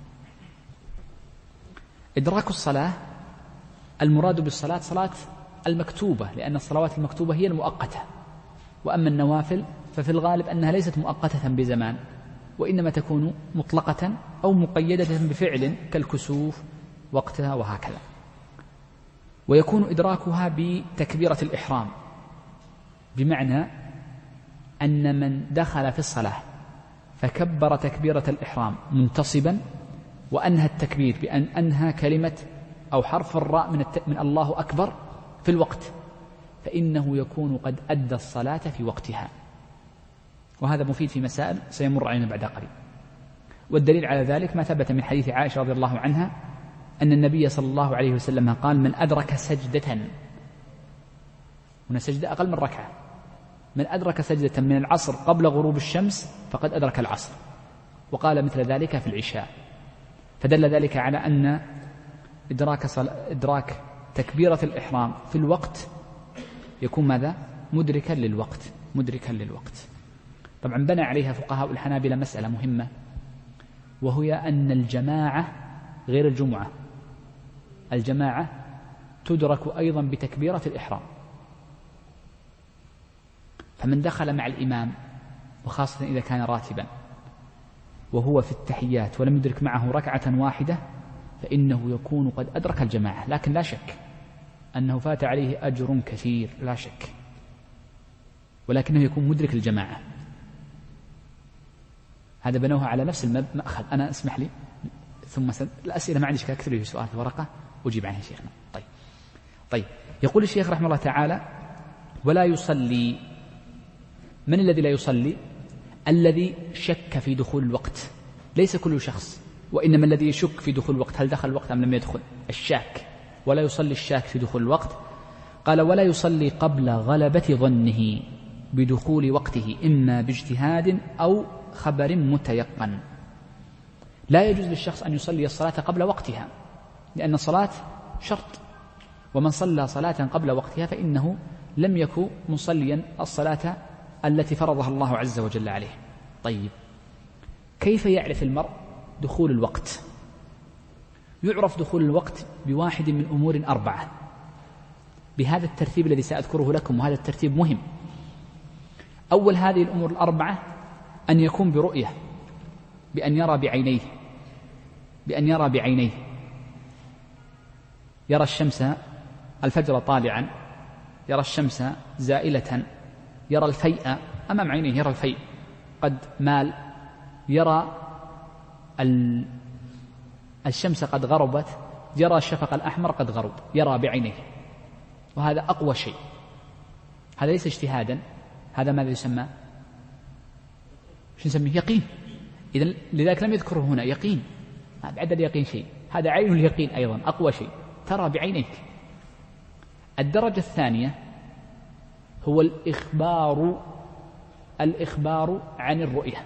إدراك الصلاة المراد بالصلاة صلاة المكتوبة، لأن الصلوات المكتوبة هي المؤقتة، وأما النوافل ففي الغالب أنها ليست مؤقتة بزمان، وإنما تكون مطلقة أو مقيدة بفعل كالكسوف وقتها وهكذا. ويكون إدراكها بتكبيرة الإحرام، بمعنى أن من دخل في الصلاة فكبر تكبيرة الإحرام منتصبا وأنهى التكبير بأن أنهى كلمة أو حرف الراء من, الت... من الله أكبر في الوقت، فإنه يكون قد أدى الصلاة في وقتها. وهذا مفيد في مسائل سيمر علينا بعد قليل. والدليل على ذلك ما ثبت من حديث عائشة رضي الله عنها أن النبي صلى الله عليه وسلم قال من أدرك سجدة، هنا سجدة أقل من ركعة، من أدرك سجدة من العصر قبل غروب الشمس فقد أدرك العصر، وقال مثل ذلك في العشاء. فدل ذلك على أن إدراك, صل... إدراك تكبيرة الإحرام في الوقت يكون ماذا؟ مدركا للوقت، مدركا للوقت. طبعا بنى عليها فقهاء الحنابلة مسألة مهمة، وهي أن الجماعة غير الجمعة، الجماعة تدرك أيضا بتكبيرة الإحرام. فمن دخل مع الإمام وخاصة إذا كان راتبا وهو في التحيات ولم يدرك معه ركعة واحدة فإنه يكون قد أدرك الجماعة، لكن لا شك أنه فات عليه أجر كثير لا شك، ولكنه يكون مدرك الجماعة. هذا بنوها على نفس المأخذ. أنا اسمح لي ثم سن... الأسئلة ما عندي شك، أكتب لي سؤال في ورقة أجيب عنه شيخنا. طيب طيب يقول الشيخ رحمه الله تعالى ولا يصلي من الذي لا يصلي؟ الذي شك في دخول الوقت، ليس كل شخص، وإنما الذي يشك في دخول الوقت، هل دخل الوقت أم لم يدخل، الشاك، ولا يصلي الشاك في دخول الوقت. قال ولا يصلي قبل غلبة ظنه بدخول وقته إما باجتهاد أو خبر متيقن. لا يجوز للشخص أن يصلي الصلاة قبل وقتها، لأن الصلاة شرط، ومن صلى صلاة قبل وقتها فإنه لم يكن مصليا الصلاة التي فرضها الله عز وجل عليه. طيب، كيف يعرف المرء دخول الوقت؟ يعرف دخول الوقت بواحد من أمور أربعة بهذا الترتيب الذي سأذكره لكم، وهذا الترتيب مهم. أول هذه الأمور الأربعة أن يكون برؤية، بأن يرى بعينيه، بأن يرى بعينيه يرى الشمس الفجر طالعا، يرى الشمس زائلة، يرى الفيء أمام عينيه، يرى الفيء قد مال، يرى الشمس قد غربت، يرى الشفق الأحمر قد غرب، يرى بعينيه، وهذا أقوى شيء. هذا ليس اجتهادا، هذا ماذا يسمى؟ شو نسميه؟ يقين. إذن لذلك لم يذكره هنا يقين، بعد اليقين شيء، هذا عين اليقين أيضا أقوى شيء، ترى بعينيك. الدرجة الثانية هو الإخبار، الإخبار عن الرؤية.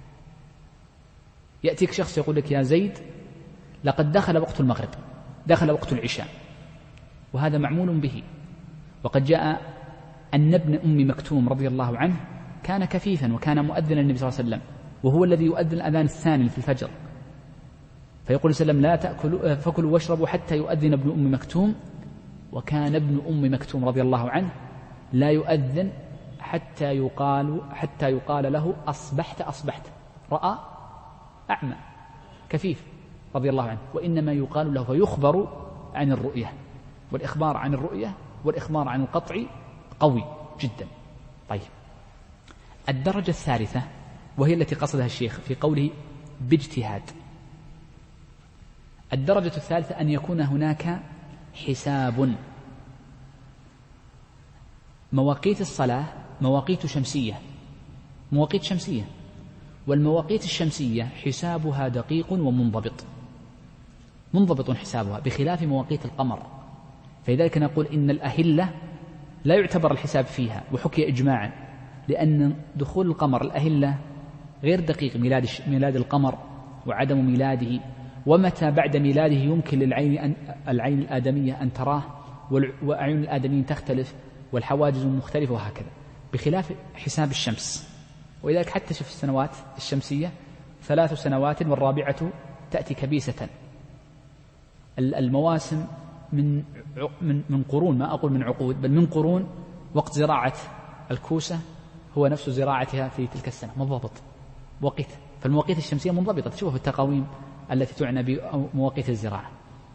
يأتيك شخص يقول لك يا زيد لقد دخل وقت المغرب، دخل وقت العشاء، وهذا معمول به. وقد جاء أن ابن أم مكتوم رضي الله عنه كان كفيفا وكان مؤذنا النبي صلى الله عليه وسلم، وهو الذي يؤذن الأذان الثاني في الفجر، فيقول صلى الله عليه وسلم لا تأكلوا فكلوا واشربوا حتى يؤذن ابن أم مكتوم. وكان ابن أم مكتوم رضي الله عنه لا يؤذن حتى يقال حتى يقال له أصبحت أصبحت، رأى أعمى كفيف رضي الله عنه، وإنما يقال له فيخبر عن الرؤية، والإخبار عن الرؤية والإخبار عن القطع قوي جدا. طيب، الدرجة الثالثة وهي التي قصدها الشيخ في قوله باجتهاد، الدرجة الثالثة أن يكون هناك حساب. مواقيت الصلاة مواقيت شمسية، مواقيت شمسية، والمواقيت الشمسية حسابها دقيق ومنضبط، منضبط حسابها بخلاف مواقيت القمر. فلذلك نقول إن الأهلة لا يعتبر الحساب فيها، وحكي إجماعا، لأن دخول القمر الأهلة غير دقيق، ميلاد ميلاد القمر وعدم ميلاده، ومتى بعد ميلاده يمكن للعين أن العين الآدمية أن تراه، وأعين الآدميين تختلف والحواجز مختلفة وهكذا، بخلاف حساب الشمس. ولذلك حتى شوف السنوات الشمسية ثلاث سنوات والرابعة تأتي كبيسة. المواسم من من من قرون، ما أقول من عقود، بل من قرون. وقت زراعة الكوسة هو نفس زراعتها في تلك السنة، منضبط وقت. فالمواقيت الشمسية منضبطة، تشوفها في التقاويم التي تعنى بمواقيت الزراعة.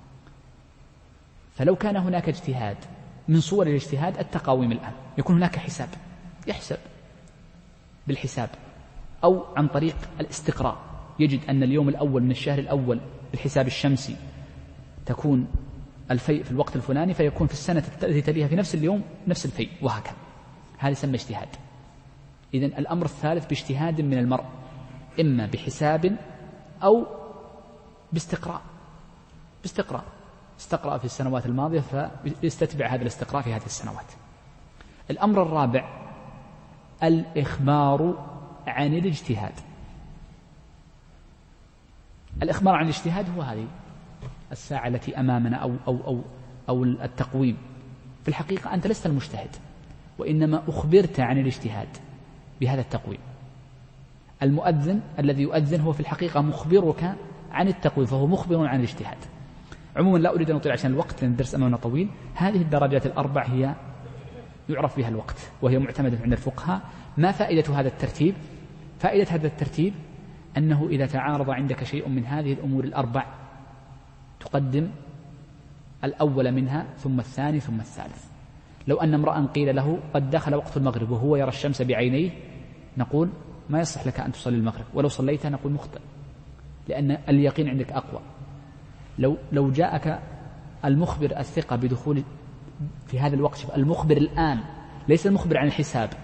فلو كان هناك اجتهاد، من صور الاجتهاد التقاويم الآن، يكون هناك حساب، يحسب بالحساب، أو عن طريق الاستقراء، يجد أن اليوم الأول من الشهر الأول بالحساب الشمسي تكون الفيء في الوقت الفلاني، فيكون في السنة التي تليها في نفس اليوم نفس الفيء، وهكذا. هذا يسمى اجتهاد. إذن الأمر الثالث باجتهاد من المرء، إما بحساب أو باستقراء، باستقراء استقرأ في السنوات الماضية فيستتبع هذا الاستقراء في هذه السنوات. الأمر الرابع الإخبار عن الاجتهاد. الإخبار عن الاجتهاد هو هذه الساعة التي أمامنا أو, أو, أو, أو التقويم. في الحقيقة أنت لست المجتهد، وإنما أخبرت عن الاجتهاد بهذا التقويم. المؤذن الذي يؤذن هو في الحقيقة مخبرك عن التقويم، فهو مخبر عن الاجتهاد. عموما لا أريد أن أطيل عشان الوقت لأن الدرس أمامنا طويل. هذه الدرجات الأربع هي يعرف بها الوقت، وهي معتمدة عند الفقهاء. ما فائدة هذا الترتيب؟ فائدة هذا الترتيب أنه إذا تعارض عندك شيء من هذه الأمور الأربع تقدم الأول منها ثم الثاني ثم الثالث. لو أن امرأ قيل له قد دخل وقت المغرب وهو يرى الشمس بعينيه، نقول ما يصح لك أن تصلي المغرب، ولو صليتها نقول مخطئ، لأن اليقين عندك أقوى. لو لو جاءك المخبر الثقة بدخول في هذا الوقت، المخبر الآن ليس المخبر عن الحساب،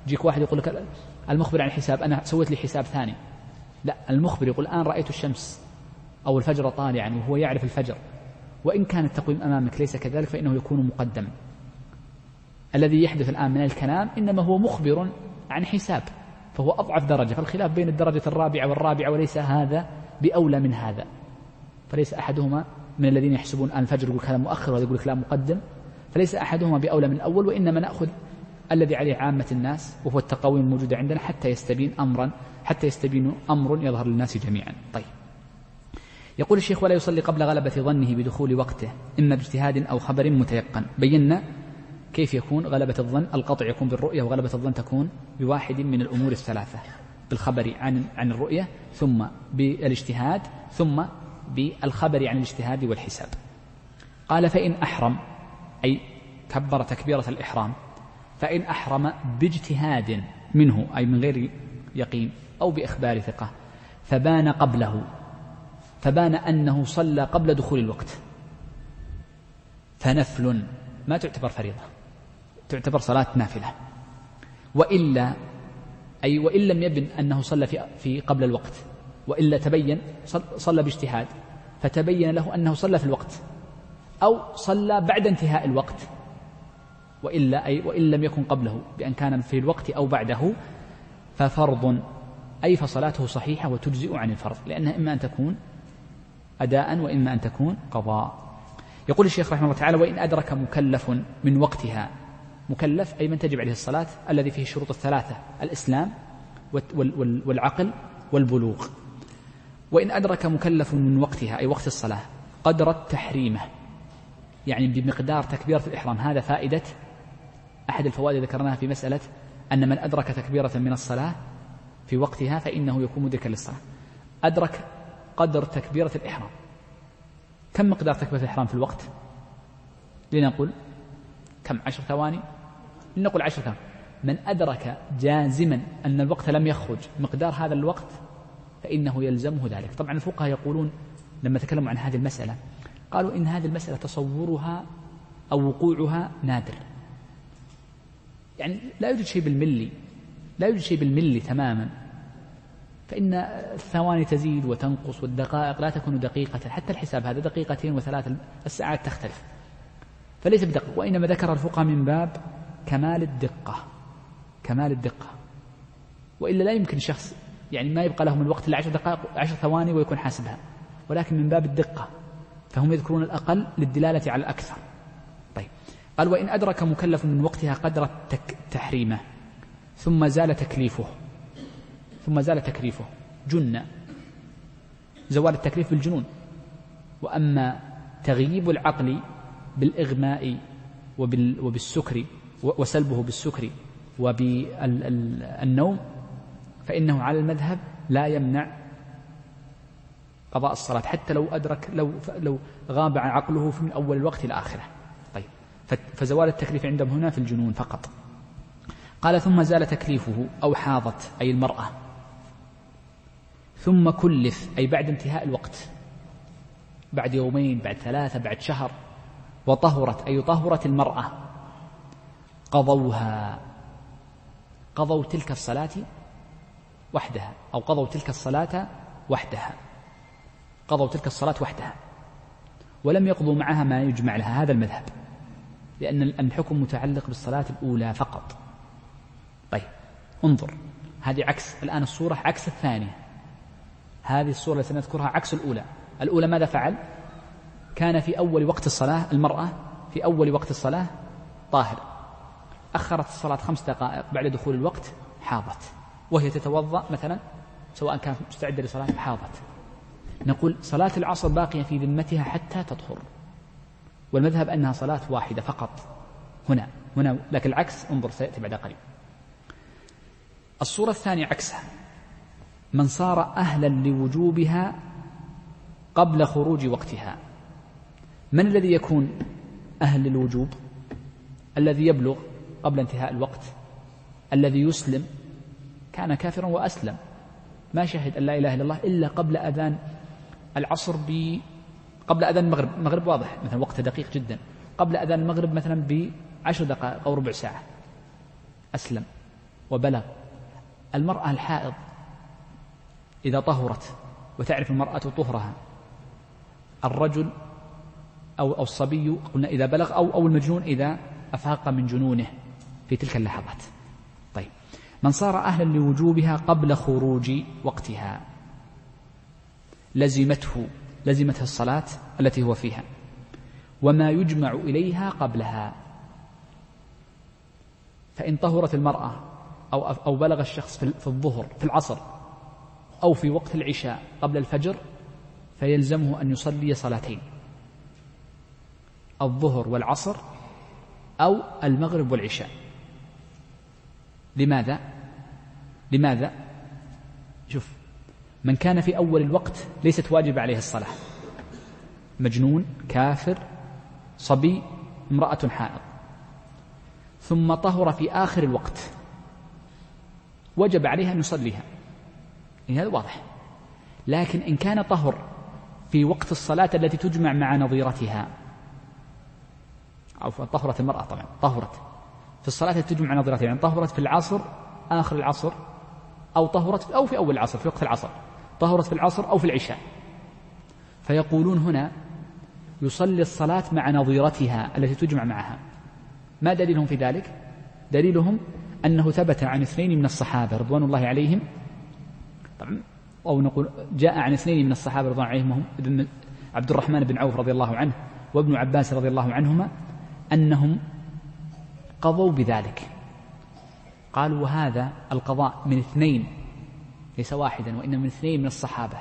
يجيك واحد يقول لك المخبر عن الحساب أنا سويت لي حساب ثاني. لا، المخبر يقول الآن رأيت الشمس أو الفجر طالعا، وهو يعرف الفجر، وإن كان التقويم أمامك ليس كذلك فإنه يكون مقدم. الذي يحدث الآن من الكلام إنما هو مخبر عن حساب، فهو أضعف درجة، فالخلاف بين الدرجة الرابعة والرابعة، وليس هذا بأولى من هذا. فليس أحدهما من الذين يحسبون أن الفجر يقول كلام مؤخر وهذا يقول كلام مقدم، فليس أحدهما بأولى من الأول، وإنما نأخذ الذي عليه عامة الناس وهو التقاويم الموجودة عندنا حتى يستبين أمرا حتى يستبين أمر يظهر للناس جميعا. طيب، يقول الشيخ: ولا يصلي قبل غلبة ظنه بدخول وقته إما باجتهاد أو خبر متيقن. بينا كيف يكون غلبة الظن. القطع يكون بالرؤية، وغلبة الظن تكون بواحد من الأمور الثلاثة: بالخبر عن عن الرؤية، ثم بالاجتهاد، ثم بالخبر عن الاجتهاد والحساب. قال: فإن أحرم، أي كبر تكبيرة الإحرام، فإن أحرم باجتهاد منه، أي من غير يقين أو بإخبار ثقة، فبان قبله فبان أنه صلى قبل دخول الوقت، فنفل، ما تعتبر فريضة، تعتبر صلاة نافلة. وإلا أي وإن لم يبن أنه صلى في, في قبل الوقت، وإلا تبين صلى باجتهاد فتبين له أنه صلى في الوقت، أو صلى بعد انتهاء الوقت، وإلا أي وإن لم يكن قبله بأن كان في الوقت أو بعده، ففرض، أي فصلاته صحيحة وتجزئ عن الفرض، لأنها إما أن تكون أداء وإما أن تكون قضاء. يقول الشيخ رحمه الله تعالى: وإن أدرك مكلف من وقتها. مكلف أي من تجب عليه الصلاة، الذي فيه الشروط الثلاثة: الإسلام والعقل والبلوغ. وإن أدرك مكلف من وقتها، أي وقت الصلاة، قدر التحريمة، يعني بمقدار تكبيرة الإحرام. هذا فائدة أحد الفوائد ذكرناها في مسألة أن من أدرك تكبيرة من الصلاة في وقتها فإنه يكون مدركا للصلاة. أدرك قدر تكبيرة الإحرام. كم مقدار تكبيرة الإحرام في الوقت؟ لنقول كم؟ عشر ثواني؟ لنقول عشر ثواني. من أدرك جازما أن الوقت لم يخرج مقدار هذا الوقت فإنه يلزمه ذلك. طبعا الفقهاء يقولون لما تكلموا عن هذه المسألة قالوا إن هذه المسألة تصورها أو وقوعها نادر، يعني لا يوجد شيء بالملي، لا يوجد شيء بالملي تماما، فإن الثواني تزيد وتنقص والدقائق لا تكون دقيقة، حتى الحساب هذا دقيقتين وثلاث، الساعات تختلف، فليس بدقيق. وإنما ذكر الفقهاء من باب كمال الدقة، كمال الدقة، وإلا لا يمكن شخص يعني ما يبقى له من الوقت إلا عشر دقائق عشر ثواني ويكون حاسبها، ولكن من باب الدقة فهم يذكرون الأقل للدلالة على الأكثر. طيب، قال: وإن أدرك مكلف من وقتها قدر تحريمه ثم زال تكليفه، ثم زال تكليفه جن، زوال التكليف بالجنون. وأما تغييب العقل بالإغماء وبالسكر وسلبه بالسكر وبالنوم فإنه على المذهب لا يمنع قضاء الصلاة، حتى لو أدرك لو لو غاب عن عقله من أول الوقت إلى آخره. طيب، فزوال التكليف عندهم هنا في الجنون فقط. قال: ثم زال تكليفه أو حاضت، أي المرأة، ثم كلف، أي بعد انتهاء الوقت، بعد يومين، بعد ثلاثة، بعد شهر، وطهرت، أي طهرت المرأة، قضوها، قضوا تلك الصلاة وحدها، أو قضوا تلك الصلاة وحدها، قضوا تلك الصلاة وحدها، ولم يقضوا معها ما يجمع لها. هذا المذهب، لأن الحكم متعلق بالصلاة الأولى فقط. طيب، انظر، هذه عكس الآن الصورة، عكس الثانية. هذه الصورة التي نذكرها عكس الأولى. الأولى ماذا فعل؟ كان في أول وقت الصلاة المرأة في أول وقت الصلاة طاهر، أخرت الصلاة خمس دقائق بعد دخول الوقت حاضت، وهي تتوضأ مثلا سواء كانت مستعدة لصلاة حاضت. نقول صلاة العصر باقية في ذمتها حتى تطهر، والمذهب أنها صلاة واحدة فقط هنا هنا لكن العكس انظر سيأتي بعد قليل. الصورة الثانية عكسها، من صار أهلا لوجوبها قبل خروج وقتها. من الذي يكون أهل للوجوب؟ الذي يبلغ قبل انتهاء الوقت، الذي يسلم، كان كافرا وأسلم، ما شهد أن لا إله إلا الله إلا قبل أذان العصر ب قبل أذان المغرب، المغرب واضح مثلا وقت دقيق جدا، قبل أذان المغرب مثلا بعشر دقائق أو ربع ساعة أسلم، وبلغ. المرأة الحائض إذا طهرت وتعرف المرأة طهرها، الرجل أو, أو الصبي قلنا إذا بلغ، أو, أو المجنون إذا أفاق من جنونه في تلك اللحظات. طيب، من صار أهلا لوجوبها قبل خروج وقتها لزمته لزمته الصلاة التي هو فيها وما يجمع إليها قبلها. فإن طهرت المرأة أو, أو بلغ الشخص في الظهر في العصر أو في وقت العشاء قبل الفجر فيلزمه أن يصلي صلاتين، الظهر والعصر أو المغرب والعشاء. لماذا؟ لماذا؟ شوف، من كان في أول الوقت ليست واجب عليه الصلاة، مجنون، كافر، صبي، امرأة حائض، ثم طهر في آخر الوقت وجب عليها أن يصليها، هذا واضح. لكن إن كان طهر في وقت الصلاة التي تجمع مع نظيرتها، أو طهرت المرأة طبعا طهرت في الصلاة التي تجمع مع نظيرتها، يعني طهرت في العصر آخر العصر، أو طهرت في أو في أول العصر في وقت العصر، طهرت في العصر أو في العشاء، فيقولون هنا يصلي الصلاة مع نظيرتها التي تجمع معها. ما دليلهم في ذلك؟ دليلهم أنه ثبت عن اثنين من الصحابة رضوان الله عليهم، طبعا أو نقول جاء عن اثنين من الصحابة رضوان عليهم، هم ابن عبد الرحمن بن عوف رضي الله عنه وابن عباس رضي الله عنهما، أنهم قضوا بذلك. قالوا وهذا القضاء من اثنين ليس واحدا، وإنما من اثنين من الصحابة،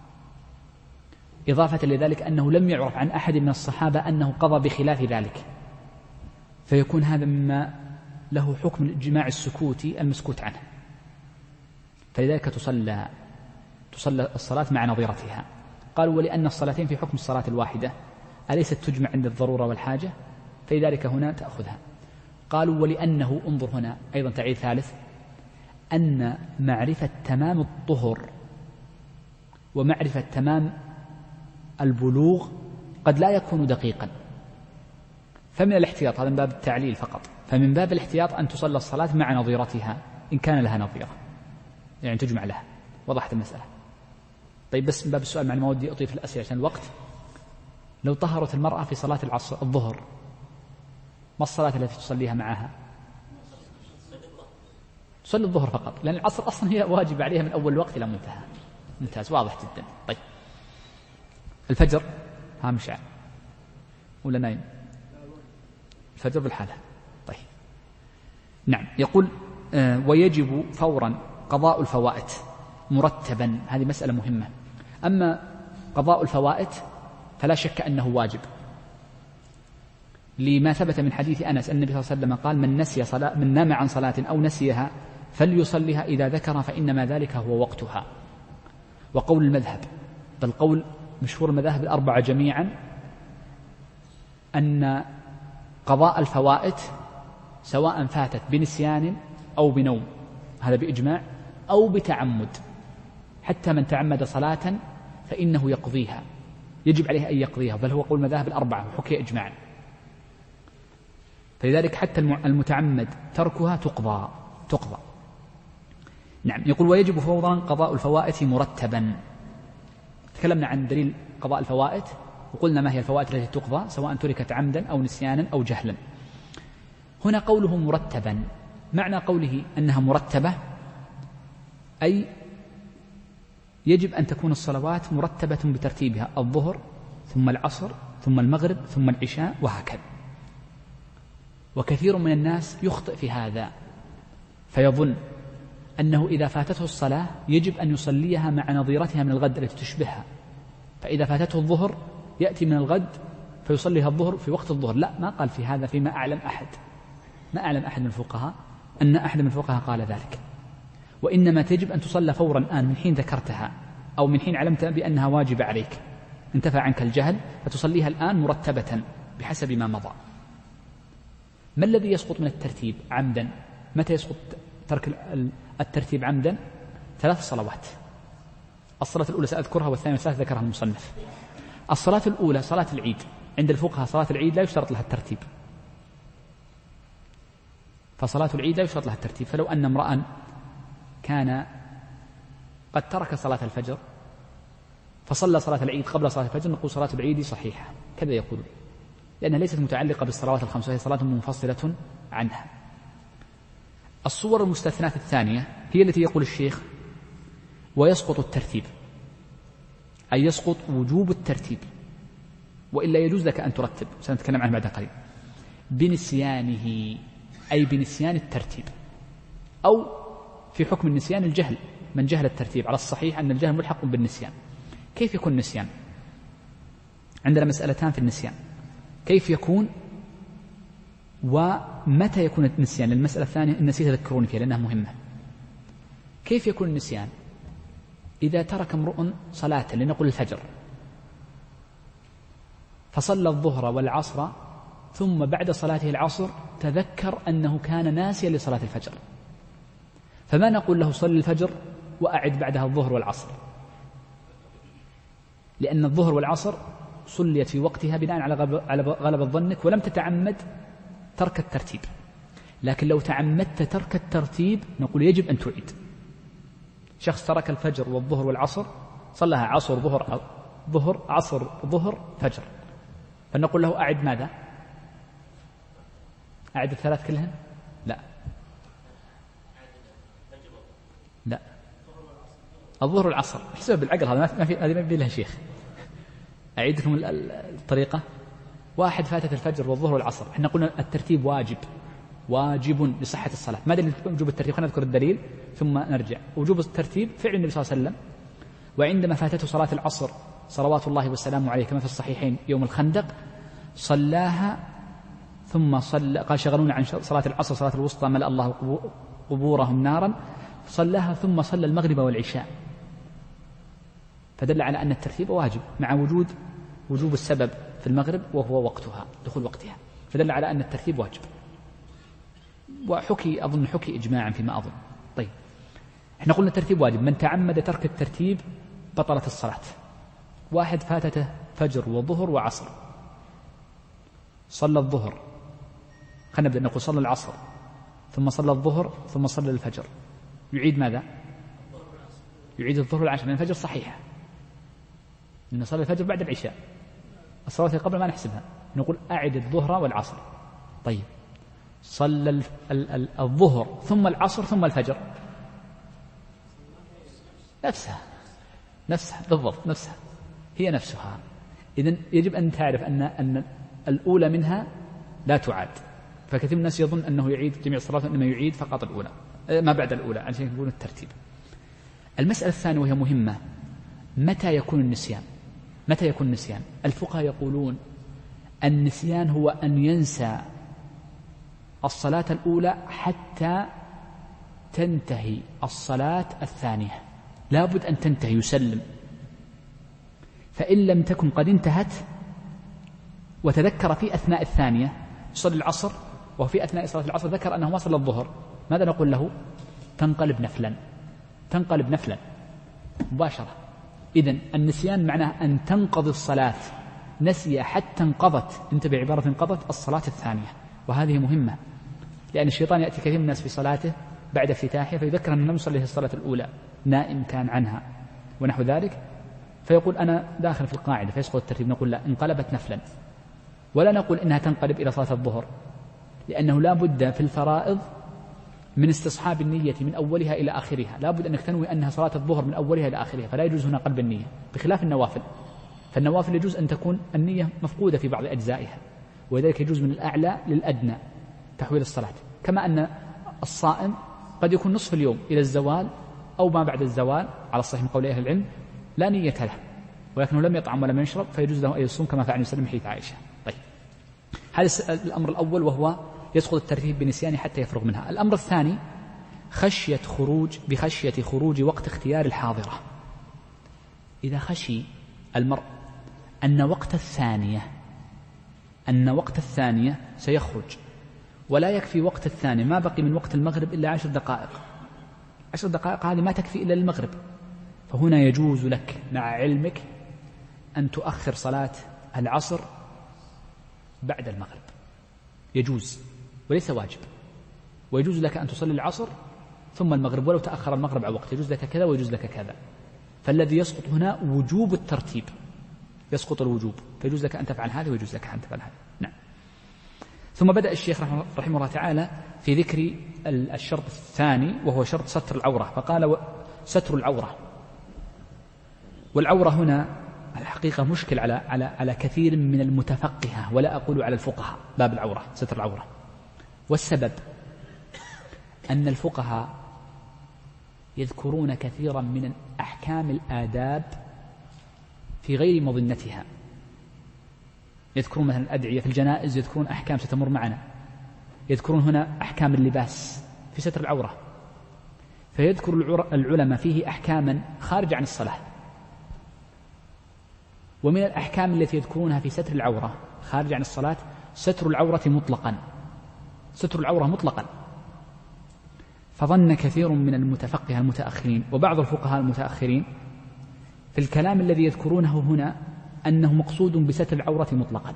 إضافة لذلك أنه لم يعرف عن أحد من الصحابة أنه قضى بخلاف ذلك، فيكون هذا مما له حكم الإجماع السكوتي المسكوت عنه. فلذلك تصلى تصلى الصلاة مع نظيرتها. قالوا ولأن الصلاتين في حكم الصلاة الواحدة أليست تجمع عند الضرورة والحاجة، فلذلك هنا تأخذها. قالوا ولأنه، انظر هنا أيضا تعيد ثالث، أن معرفة تمام الطهر ومعرفة تمام البلوغ قد لا يكون دقيقا، فمن الاحتياط، هذا من باب التعليل فقط، فمن باب الاحتياط أن تصلى الصلاة مع نظيرتها إن كان لها نظيرة، يعني تجمع لها. وضحت المسألة؟ طيب، بس من باب السؤال، مع ما ودي أطيف الأسئلة عشان الوقت، لو طهرت المرأة في صلاة العصر الظهر، ما الصلاة التي تصليها معها؟ تصلي الظهر فقط، لأن العصر أصلا هي واجب عليها من أول الوقت إلى منتهى. ممتاز، واضح جدا. طيب، الفجر ها مشعل ولا نايم؟ الفجر بالحالة. طيب، نعم. يقول آه ويجب فورا قضاء الفوائت مرتبا، هذه مسألة مهمة. أما قضاء الفوائت فلا شك أنه واجب، لما ثبت من حديث أنس أن النبي صلى الله عليه وسلم قال من نسي صلاة من نام عن صلاة أو نسيها فليصليها إذا ذكر فإنما ذلك هو وقتها. وقول المذهب، بل قول مشهور المذاهب الأربعة جميعا، أن قضاء الفوائت سواء فاتت بنسيان أو بنوم، هذا بإجماع، أو بتعمد، حتى من تعمد صلاة فإنه يقضيها، يجب عليه أن يقضيها، بل هو قول المذاهب الأربعة وحكي إجماعا. فلذلك حتى المتعمد تركها تقضى تقضى نعم. يقول ويجب فورا قضاء الفوائت مرتبا. تكلمنا عن دليل قضاء الفوائت وقلنا ما هي الفوائت التي تقضى سواء تركت عمدا أو نسيانا أو جهلا. هنا قوله مرتبا، معنى قوله أنها مرتبة أي يجب أن تكون الصلوات مرتبة بترتيبها، الظهر ثم العصر ثم المغرب ثم العشاء وهكذا. وكثير من الناس يخطئ في هذا فيظن أنه إذا فاتته الصلاة يجب أن يصليها مع نظيرتها من الغد التي تشبهها، فإذا فاتته الظهر يأتي من الغد فيصليها الظهر في وقت الظهر. لا، ما قال في هذا، فيما أعلم أحد ما أعلم أحد من الفقهاء أن أحد من الفقهاء قال ذلك، وإنما تجب أن تصلى فورا الآن من حين ذكرتها أو من حين علمت بأنها واجبة عليك، انتفى عنك الجهل، فتصليها الآن مرتبة بحسب ما مضى. ما الذي يسقط من الترتيب عمدا؟ متى يسقط ترك الترتيب عمدا؟ ثلاث صلوات. الصلاة الأولى سأذكرها والثانية والثالثة ذكرها المصنف. الصلاة الأولى صلاة العيد، عند الفقهاء صلاة العيد لا يشترط لها الترتيب، فصلاة العيد لا يشترط لها الترتيب. فلو أن امرأ كان قد ترك صلاة الفجر فصلى صلاة العيد قبل صلاة الفجر نقول صلاة العيد صحيحة، كذا يقول، لأنها ليست متعلقة بالصلوات الخمس وهي صلاة منفصلة عنها. الصور المستثنات الثانية هي التي يقول الشيخ ويسقط الترتيب، أي يسقط وجوب الترتيب، وإلا يجوز لك أن ترتب، سنتكلم عنه بعد قليل، بنسيانه، أي بنسيان الترتيب، أو في حكم النسيان الجهل، من جهل الترتيب، على الصحيح أن الجهل ملحق بالنسيان. كيف يكون النسيان؟ عندنا مسألتان في النسيان، كيف يكون ومتى يكون النسيان. المسألة الثانية النسيت تذكروني فيها لأنها مهمة. كيف يكون النسيان؟ إذا ترك امرؤ صلاة، لنقل الفجر، فصلى الظهر والعصر ثم بعد صلاته العصر تذكر أنه كان ناسيا لصلاة الفجر، فما نقول له صل الفجر وأعد بعدها الظهر والعصر، لأن الظهر والعصر صليت في وقتها بناء على غلبة ظنك ولم تتعمد ترك الترتيب. لكن لو تعمدت ترك الترتيب نقول يجب أن تعيد. شخص ترك الفجر والظهر والعصر، صلىها عصر ظهر ظهر عصر ظهر فجر، فنقول له أعد ماذا؟ أعد الثلاث كلهن؟ لا لا الظهر والعصر، احسبها بالعقل، هذا ما في، هذه ما في لها شيخ. أعيدكم الطريقة. واحد فاتت الفجر والظهر والعصر، احنا قلنا الترتيب واجب، واجب لصحة الصلاة. ما دليل وجوب الترتيب؟ خلينا نذكر الدليل ثم نرجع. وجوب الترتيب فعل النبي صلى الله عليه وسلم، وعندما فاتته صلاة العصر صلوات الله والسلام عليه كما في الصحيحين يوم الخندق صلاها ثم صلى، قال شغلونا عن صلاة العصر صلاة الوسطى ملأ الله قبورهم نارا، صلاها ثم صلى المغرب والعشاء، فدل على أن الترتيب واجب مع وجود وجوب السبب في المغرب وهو وقتها، دخول وقتها، فدل على أن الترتيب واجب. وحكي أظن حكي إجماعا فيما أظن. طيب احنا قلنا الترتيب واجب، من تعمد ترك الترتيب بطلت الصلاة. واحد فاتته فجر وظهر وعصر، صلى الظهر، خلينا نبدأ نقول صلى العصر ثم صلى الظهر ثم صلى الفجر، يعيد ماذا؟ يعيد الظهر والعشاء، لأن الفجر صحيحة، لأن صلى الفجر بعد العشاء، الصلاة اللي قبل ما نحسبها، نقول أعد الظهر والعصر. طيب صلى الظهر ثم العصر ثم الفجر، نفسها نفسها بالضبط، نفسها هي نفسها. إذن يجب أن تعرف أن أن الأولى منها لا تعاد، فكثير من الناس يظن أنه يعيد جميع الصلاة، إنما يعيد فقط الأولى ما بعد الأولى، عشان يقولون الترتيب. المسألة الثانية وهي مهمة، متى يكون النسيان؟ متى يكون النسيان؟ الفقهاء يقولون النسيان هو أن ينسى الصلاة الأولى حتى تنتهي الصلاة الثانية، لابد أن تنتهي يسلم، فإن لم تكن قد انتهت وتذكر في أثناء الثانية صلى العصر، وفي أثناء صلاة العصر ذكر أنه ما صلى الظهر، ماذا نقول له؟ تنقلب نفلا، تنقلب نفلا مباشرة. إذن النسيان معناه أن تنقضي الصلاة، نسي حتى انقضت، انتبه عبارة انقضت الصلاة الثانية، وهذه مهمة، لأن الشيطان يأتي كثير من الناس في صلاته بعد افتتاحه فيذكر أنه لم يصلي الصلاة الأولى، نائم كان عنها ونحو ذلك، فيقول أنا داخل في القاعدة فيسقط الترتيب. نقول لا، انقلبت نفلا، ولا نقول إنها تنقلب إلى صلاة الظهر، لأنه لا بد في الفرائض من استصحاب النية من أولها إلى آخرها، لا بد أنك تنوي أنها صلاة الظهر من أولها إلى آخرها، فلا يجوز هنا قلب النية، بخلاف النوافل. فالنوافل يجوز أن تكون النية مفقودة في بعض أجزائها، ولذلك يجوز من الأعلى للأدنى تحويل الصلاة، كما أن الصائم قد يكون نصف اليوم إلى الزوال أو ما بعد الزوال على الصحيح من قول أهل العلم لا نية له، ولكنه لم يطعم ولم يشرب، فيجوز له أن يصوم كما فعل وسلم حديث عائشة. طيب هذا الأمر الأول، وهو يسقط الترتيب بنسيان حتى يفرغ منها. الأمر الثاني خشية خروج بخشية خروج وقت اختيار الحاضرة. إذا خشي المرء أن وقت الثانية أن وقت الثانية سيخرج ولا يكفي وقت الثانية، ما بقي من وقت المغرب إلا عشر دقائق، عشر دقائق هذه ما تكفي إلا للمغرب، فهنا يجوز لك مع علمك أن تؤخر صلاة العصر بعد المغرب، يجوز وليس واجب، ويجوز لك أن تصلي العصر ثم المغرب ولو تأخر المغرب عن وقت، يجوز لك كذا ويجوز لك كذا. فالذي يسقط هنا وجوب الترتيب، يسقط الوجوب، فيجوز لك أن تفعل هذا ويجوز لك أن تفعل هذا. نعم. ثم بدأ الشيخ رحمه الله تعالى في ذكر الشرط الثاني وهو شرط ستر العورة، فقال ستر العورة. والعورة هنا الحقيقة مشكل على على على كثير من المتفقهة، ولا أقول على الفقهاء، باب العورة ستر العورة. والسبب أن الفقهاء يذكرون كثيرا من أحكام الآداب في غير مظنتها. يذكرون مثلا الأدعية في الجنائز، يذكرون أحكام ستمر معنا، يذكرون هنا أحكام اللباس في ستر العورة، فيذكر العلماء فيه أحكاما خارجة عن الصلاة. ومن الأحكام التي يذكرونها في ستر العورة خارجة عن الصلاة ستر العورة مطلقا، ستر العورة مطلقا. فظن كثير من المتفقهة المتأخرين وبعض الفقهاء المتأخرين في الكلام الذي يذكرونه هنا أنه مقصود بستر العورة مطلقا.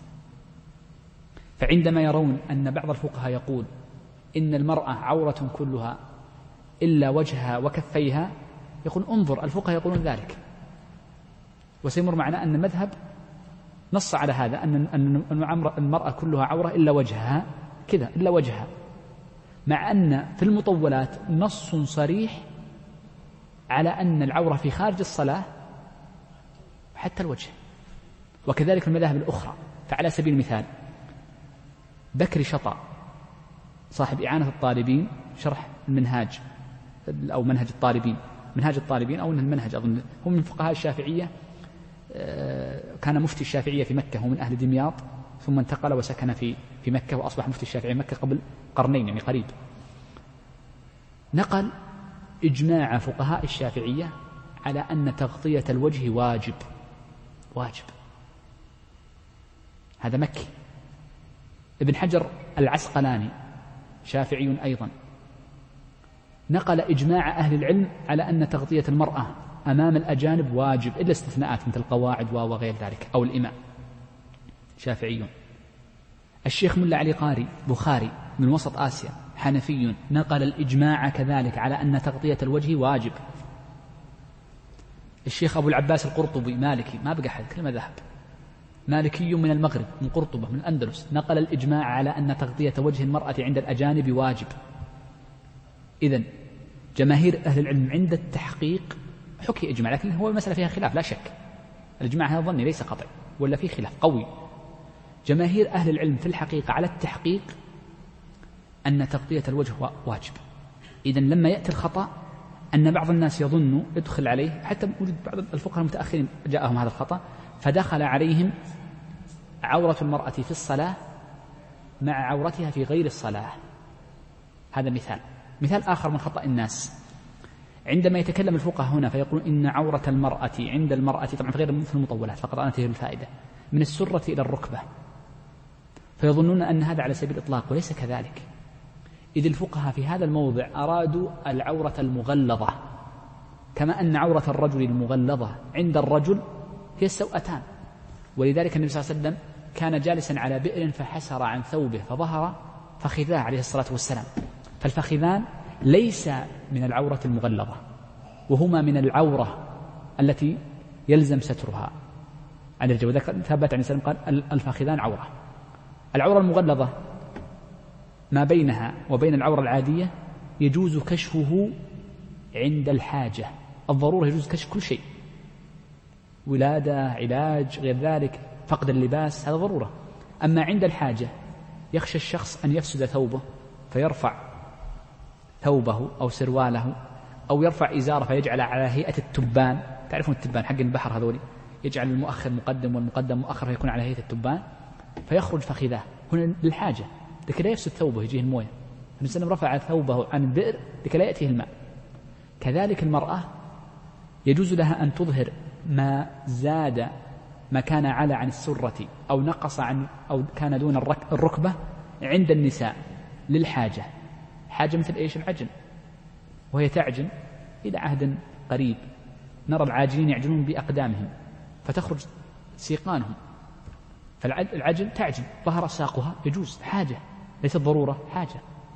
فعندما يرون أن بعض الفقهاء يقول إن المرأة عورة كلها إلا وجهها وكفيها، يقول انظر الفقهاء يقولون ذلك. وسيمر معنا أن المذهب نص على هذا، أن أن المرأة كلها عورة إلا وجهها، كذا إلا وجهها، مع أن في المطولات نص صريح على أن العورة في خارج الصلاة حتى الوجه. وكذلك المذاهب الأخرى. فعلى سبيل المثال بكر شطأ صاحب إعانة الطالبين شرح المنهاج أو منهج الطالبين منهاج الطالبين أو المنهج أظن، هو من فقهاء الشافعية، كان مفتي الشافعية في مكة، هو من أهل دمياط، ثم انتقل وسكن في في مكة وأصبح مفتي الشافعية مكة قبل قرنين يعني قريب. نقل إجماع فقهاء الشافعية على أن تغطية الوجه واجب واجب هذا مكي. ابن حجر العسقلاني شافعي أيضا نقل إجماع أهل العلم على أن تغطية المرأة أمام الأجانب واجب، إلا استثناءات مثل القواعد وغير ذلك أو الإمام، شافعي. الشيخ ملا علي قاري بخاري من وسط آسيا حنفي نقل الإجماع كذلك على أن تغطية الوجه واجب. الشيخ أبو العباس القرطبي مالكي، ما بقى حد كلمة ذهب، مالكي من المغرب من قرطبة من الأندلس، نقل الإجماع على أن تغطية وجه المرأة عند الأجانب واجب. إذن جماهير أهل العلم عند التحقيق حكي إجماع، لكن هو المسألة فيها خلاف لا شك، الإجماع هذا ظني ليس قطعي ولا فيه خلاف قوي. جماهير أهل العلم في الحقيقة على التحقيق أن تغطية الوجه واجب. إذن لما يأتي الخطأ أن بعض الناس يظن يدخل عليه، حتى وجد بعض الفقهاء المتأخرين جاءهم هذا الخطأ، فدخل عليهم عورة المرأة في الصلاة مع عورتها في غير الصلاة. هذا مثال. مثال آخر من خطأ الناس عندما يتكلم الفقهاء هنا فيقول إن عورة المرأة عند المرأة، طبعا في غير في المطولات فقط أنا تهي الفائدة، من السرة إلى الركبة، فيظنون أن هذا على سبيل الإطلاق، وليس كذلك. إذ الفقهاء في هذا الموضع أرادوا العورة المغلظة، كما أن عورة الرجل المغلظة عند الرجل هي السوأتان. ولذلك النبي صلى الله عليه وسلم كان جالسا على بئر فحسر عن ثوبه فظهر فخذاه عليه الصلاة والسلام. فالفخذان ليس من العورة المغلظة، وهما من العورة التي يلزم سترها عن الرجل. وذلك ثبت عن السلام قال الفخذان عورة. العورة المغلظة ما بينها وبين العورة العادية يجوز كشفه عند الحاجة، الضرورة يجوز كشف كل شيء، ولادة، علاج، غير ذلك، فقد اللباس، هذا ضرورة. أما عند الحاجة يخشى الشخص أن يفسد ثوبه فيرفع ثوبه أو سرواله أو يرفع إزاره فيجعل على هيئة التبان، تعرفون التبان حق البحر هذولي، يجعل المؤخر مقدم والمقدم مؤخر فيكون على هيئة التبان، فيخرج فخذاه هنا للحاجة لكي لا يفسد ثوبه يجيه المويه. النبي رفع ثوبه عن البئر لكي لا يأتيه الماء. كذلك المرأة يجوز لها أن تظهر ما زاد ما كان على عن السرة أو نقص عن أو كان دون الركبة عند النساء للحاجة. حاجة مثل إيش؟ العجن، وهي تعجن إلى عهد قريب نرى العاجلين يعجنون بأقدامهم فتخرج سيقانهم، فالعجن تعجن ظهر ساقها، يجوز حاجة ليست ضرورة حاجة.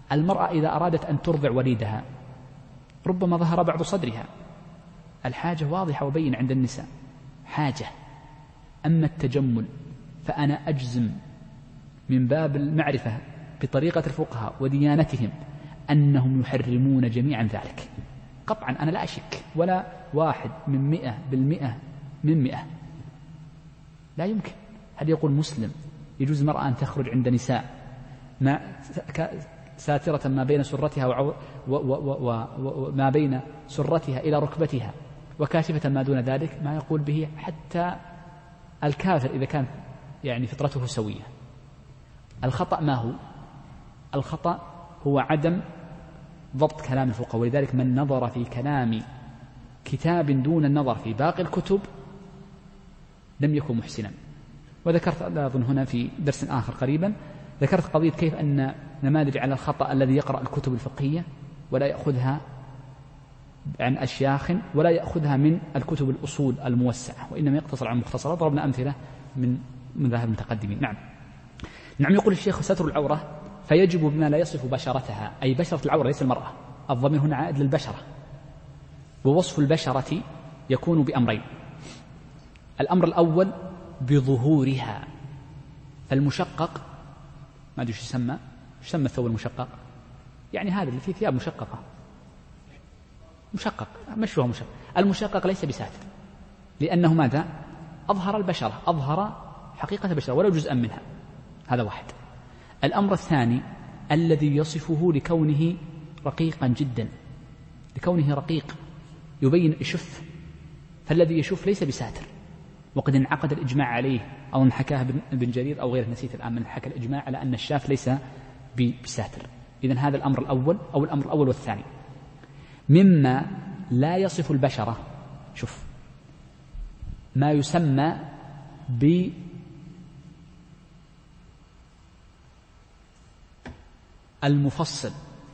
المرأة إذا أرادت أن ترضع وليدها ربما ظهر بعض صدرها، الحاجة واضحة وبين عند النساء حاجة. أما التجمل فأنا أجزم من باب المعرفة بطريقة الفقهاء وديانتهم أنهم يحرمون جميعا ذلك قطعا. أنا لا أشك ولا واحد من مئة بالمئة من مئة. لا يمكن. هل يقول مسلم يجوز المرأة أن تخرج عند نساء ما ساترة ما بين سرتها وما بين سرتها إلى ركبتها وكاشفة ما دون ذلك؟ ما يقول به حتى الكافر إذا كان يعني فطرته سوية. الخطأ ما هو؟ الخطأ هو عدم ضبط كلام الفقهاء، ولذلك من نظر في كلام كتاب دون النظر في باقي الكتب لم يكن محسنا. وذكرت أظن هنا في درس آخر قريبا ذكرت قضية كيف أن نماذج على الخطأ الذي يقرأ الكتب الفقهية ولا يأخذها عن أشياخ ولا يأخذها من الكتب الأصول الموسعة وإنما يقتصر عن مختصرات. ضربنا أمثلة من من ذهب المتقدمين. نعم نعم يقول الشيخ ستر العورة فيجب بما لا يصف بشرتها، أي بشرة العورة ليس المرأة، الضمير هنا عائد للبشرة. ووصف البشرة يكون بأمرين: الأمر الأول بظهورها، فالمشقق ما أدري شو يسمى، شو يسمى الثوب المشقق؟ يعني هذا اللي فيه ثياب مشققة، مشقق مشوها مشقق. المشقق ليس بساتر لأنه ماذا؟ أظهر البشرة، أظهر حقيقة البشرة ولو جزءا منها. هذا واحد. الأمر الثاني الذي يصفه لكونه رقيقا جدا، لكونه رقيق يبين يشف، فالذي يشف ليس بساتر. وقد انعقد الإجماع عليه، أو حكاه ابن جرير أو غيره نسيت الآن من حكى الإجماع على أن الشاف ليس بساتر. إذن هذا الأمر الأول أو الأمر الأول والثاني. مما لا يصف البشرة، شوف، ما يسمى ب المفصل.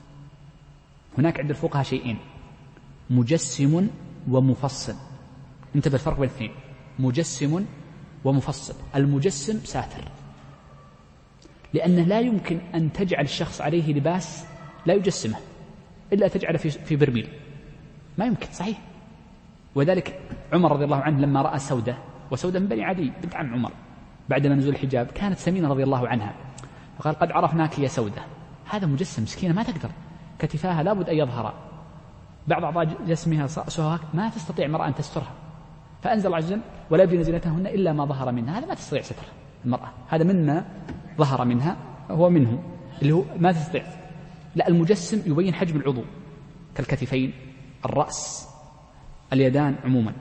هناك عند الفقهاء شيئين: مجسم ومفصل. انتبه الفرق بين الاثنين، مجسم ومفصل. المجسم ساتر، لأنه لا يمكن أن تجعل الشخص عليه لباس لا يجسمه إلا تجعله في برميل، ما يمكن، صحيح. وذلك عمر رضي الله عنه لما رأى سودة، وسودة من بني عدي بنت عم عمر، بعدما نزول الحجاب كانت سمينة رضي الله عنها، فقال: قد عرفناك يا سودة. هذا مجسم، مسكينة ما تقدر، كتفاها لابد أن يظهر، بعض أعضاء جسمها سهاك ما تستطيع المرأة أن تسترها، فأنزل الله عز وجل: ولا يبدين زينتهن إلا ما ظهر منها. هذا ما تستطيع ستر المرأة، هذا مما ظهر منها هو منه اللي هو ما تستطيع. لا، المجسم يبين حجم العضو كالكتفين، الرأس، اليدان عموما.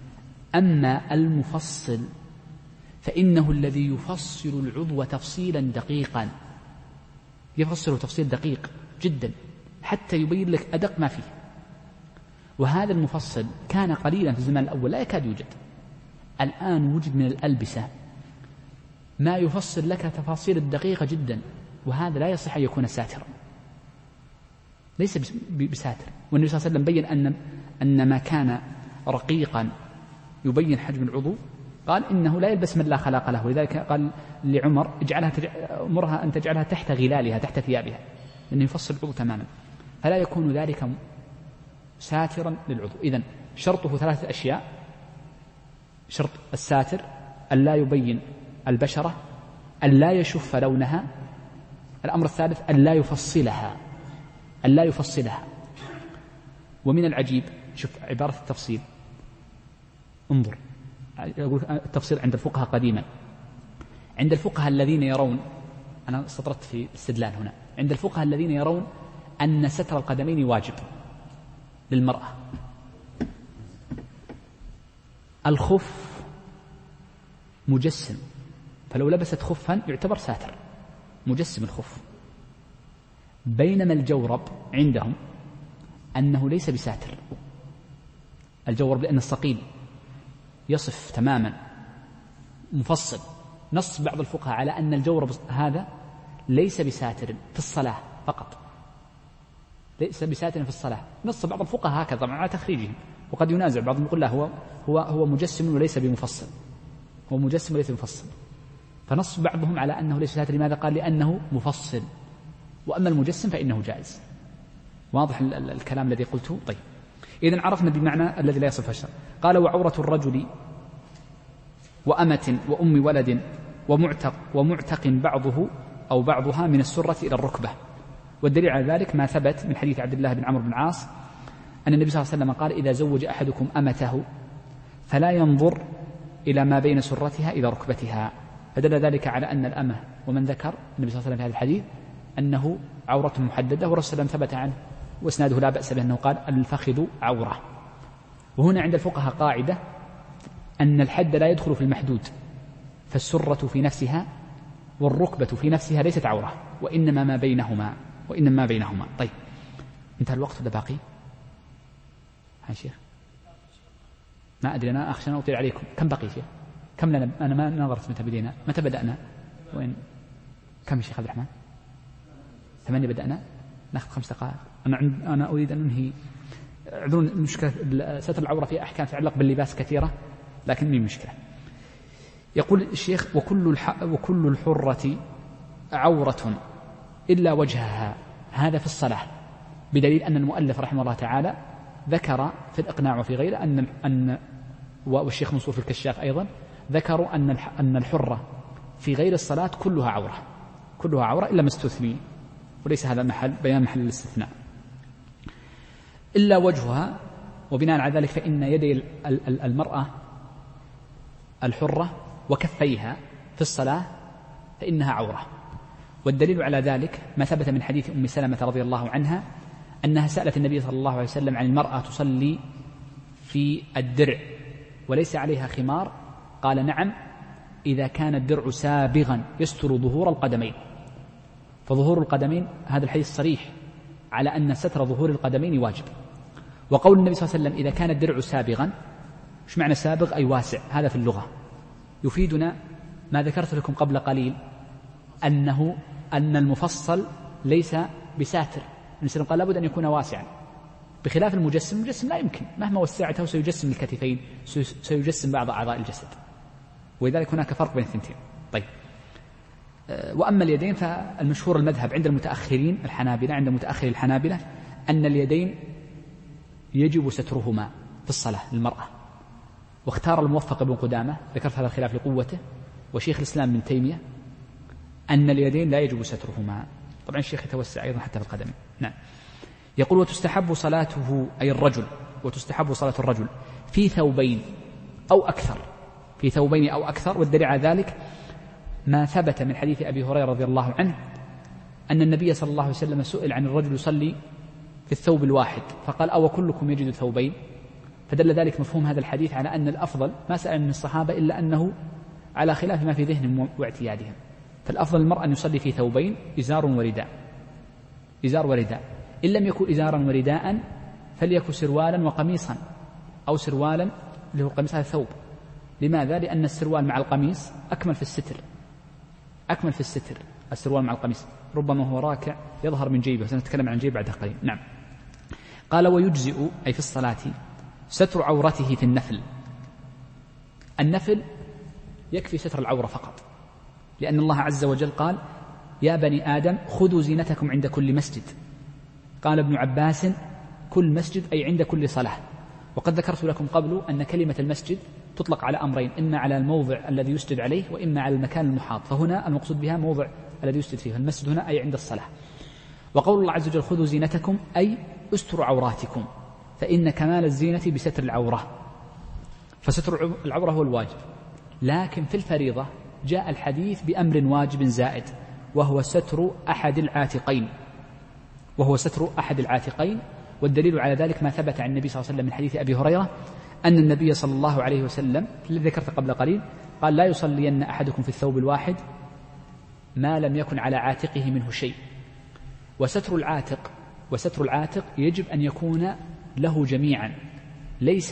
أما المفصل فإنه الذي يفصل العضو تفصيلا دقيقا، يفصل تفصيل دقيق جدا حتى يبين لك أدق ما فيه. وهذا المفصل كان قليلا في الزمان الأول، لا يكاد يوجد. الآن وجد من الألبسة ما يفصل لك تفاصيل الدقيقة جدا، وهذا لا يصح أن يكون ساترا، ليس بساتر. والنبي صلى الله عليه وسلم بين أن أن ما كان رقيقا يبين حجم العضو قال إنه لا يلبس من لا خلاق له. ولذلك قال لعمر: اجعلها تج... أمرها أن تجعلها تحت غلالها، تحت ثيابها، لأنه يفصل العضو تماما، فلا يكون ذلك ساترا للعضو. إذن شرطه ثلاثة أشياء: شرط الساتر أن لا يبين البشرة، أن لا يشف لونها، الأمر الثالث أن لا يفصلها، أن لا يفصلها. ومن العجيب، شوف عبارة التفصيل، انظر، أقول التفصيل عند الفقهاء قديما، عند الفقهاء الذين يرون، أنا استطردت في الاستدلال هنا، عند الفقهاء الذين يرون أن ستر القدمين واجب للمرأة. الخف مجسم، فلو لبست خفا يعتبر ساتر، مجسم الخف. بينما الجورب عندهم أنه ليس بساتر، الجورب لأن الصقيل يصف تماما مفصل. نص بعض الفقهاء على أن الجورب هذا ليس بساتر في الصلاة فقط، ليس بساتر في الصلاة. نص بعض الفقهاء هكذا طبعا على تخريجهم، وقد ينازع بعضهم يقول لا، هو هو هو مجسم وليس بمفصل، هو مجسم وليس بمفصل. فنص بعضهم على أنه ليس بساتر. لماذا؟ قال: لأنه مفصل. وأما المجسم فإنه جائز. واضح الكلام الذي قلته؟ طيب، إذن عرفنا بمعنى الذي لا يصف الشرع. قال وعورة الرجل وأمة وأم ولد ومعتق ومعتق بعضه أو بعضها من السرة إلى الركبة. والدليل على ذلك ما ثبت من حديث عبد الله بن عمرو بن العاص أن النبي صلى الله عليه وسلم قال إذا زوج أحدكم أمته فلا ينظر إلى ما بين سرتها إلى ركبتها، فدل ذلك على أن الأمة ومن ذكر النبي صلى الله عليه وسلم في هذا الحديث أنه عورة محددة، والرسول ثبت عنه واسناده لا بأس به أنه قال الفخذ عورة. وهنا عند الفقهاء قاعدة أن الحد لا يدخل في المحدود، فالسرة في نفسها والركبة في نفسها ليست عورة، وإنما ما بينهما وإنما ما بينهما. طيب، انتهى الوقت ولا باقي؟ ها شيخ ما أدري، أنا أخشى أن أطيل عليكم. كم بقي شيخ؟ كم لنا؟ أنا ما نظرت متى بدينا، متى بدأنا؟ وين كم شيخ عبد الرحمن؟ ثمانية بدأنا، ناخذ خمس دقائق. أنا عند أنا أريد أن أنهي. عذرون، المشكلة ستر العورة في أحكام تتعلق باللباس كثيرة، لكن من مشكلة. يقول الشيخ وكل الح... وكل الحرة عورة إلا وجهها، هذا في الصلاة، بدليل أن المؤلف رحمه الله تعالى ذكر في الإقناع وفي غيره أن أن والشيخ منصور في الكشاف أيضا ذكروا أن أن الحرة في غير الصلاة كلها عورة، كلها عورة إلا ما استثني، وليس هذا محل بيان محل الاستثناء. إلا وجهها، وبناء على ذلك فإن يدي المرأة الحرة وكفيها في الصلاة فإنها عورة. والدليل على ذلك ما ثبت من حديث أم سلمة رضي الله عنها أنها سألت النبي صلى الله عليه وسلم عن المرأة تصلي في الدرع وليس عليها خمار، قال نعم إذا كان الدرع سابغا يستر ظهور القدمين. فظهور القدمين هذا الحديث صريح على أن ستر ظهور القدمين واجب. وقول النبي صلى الله عليه وسلم إذا كان الدرع سابغا، إيش معنى سابغ؟ أي واسع، هذا في اللغة. يفيدنا ما ذكرت لكم قبل قليل أنه أن المفصل ليس بساتر، النبي قال لابد أن يكون واسعا، بخلاف المجسم. المجسم لا يمكن مهما وسعته سيجسم الكتفين، سيجسم بعض أعضاء الجسد، ولذلك هناك فرق بين الثنتين. طيب، وأما اليدين فالمشهور المذهب عند المتأخرين الحنابلة، عند متأخر الحنابلة أن اليدين يجب سترهما في الصلاة للمرأة. واختار الموفق ابن قدامة، ذكرت هذا الخلاف لقوته، وشيخ الإسلام ابن تيمية أن اليدين لا يجب سترهما. طبعا الشيخ يتوسع أيضا حتى في القدم. نعم. يقول وتستحب صلاته أي الرجل، وتستحب صلاة الرجل في ثوبين أو أكثر، في ثوبين أو أكثر. والدليل على ذلك ما ثبت من حديث أبي هريرة رضي الله عنه أن النبي صلى الله عليه وسلم سئل عن الرجل يصلي في الثوب الواحد فقال أو كلكم يجد ثوبين، فدل ذلك مفهوم هذا الحديث على أن الأفضل ما سأل من الصحابة إلا أنه على خلاف ما في ذهنهم واعتيادهم، فالأفضل المرأة أن يصلي في ثوبين إزار ورداء، إزار ورداء، إن لم يكن إزارا ورداء فليكن سروالا وقميصا، أو سروالا اللي هو قميص هذا الثوب. لماذا؟ لأن السروال مع القميص أكمل في الستر، أكمل في الستر السروال مع القميص، ربما هو راكع يظهر من جيبه، سنتكلم عن جيب بعد قليل. نعم. قال ويجزئ أي في الصلاة ستر عورته في النفل. النفل يكفي ستر العورة فقط، لأن الله عز وجل قال يا بني آدم خذوا زينتكم عند كل مسجد. قال ابن عباس كل مسجد أي عند كل صلاة. وقد ذكرت لكم قبل أن كلمة المسجد تطلق على أمرين، إما على الموضع الذي يسجد عليه وإما على المكان المحاط، فهنا المقصود بها موضع الذي يسجد فيه، المسجد هنا أي عند الصلاة. وقول الله عز وجل خذوا زينتكم أي استروا عوراتكم، فإن كمال الزينة بستر العورة، فستر العورة هو الواجب. لكن في الفريضة جاء الحديث بأمر واجب زائد، وهو ستر أحد العاتقين، وهو ستر أحد العاتقين. والدليل على ذلك ما ثبت عن النبي صلى الله عليه وسلم من حديث أبي هريرة أن النبي صلى الله عليه وسلم الذي ذكرت قبل قليل قال لا يصلين أحدكم في الثوب الواحد ما لم يكن على عاتقه منه شيء. وستر العاتق وستر العاتق يجب أن يكون له جميعا، ليس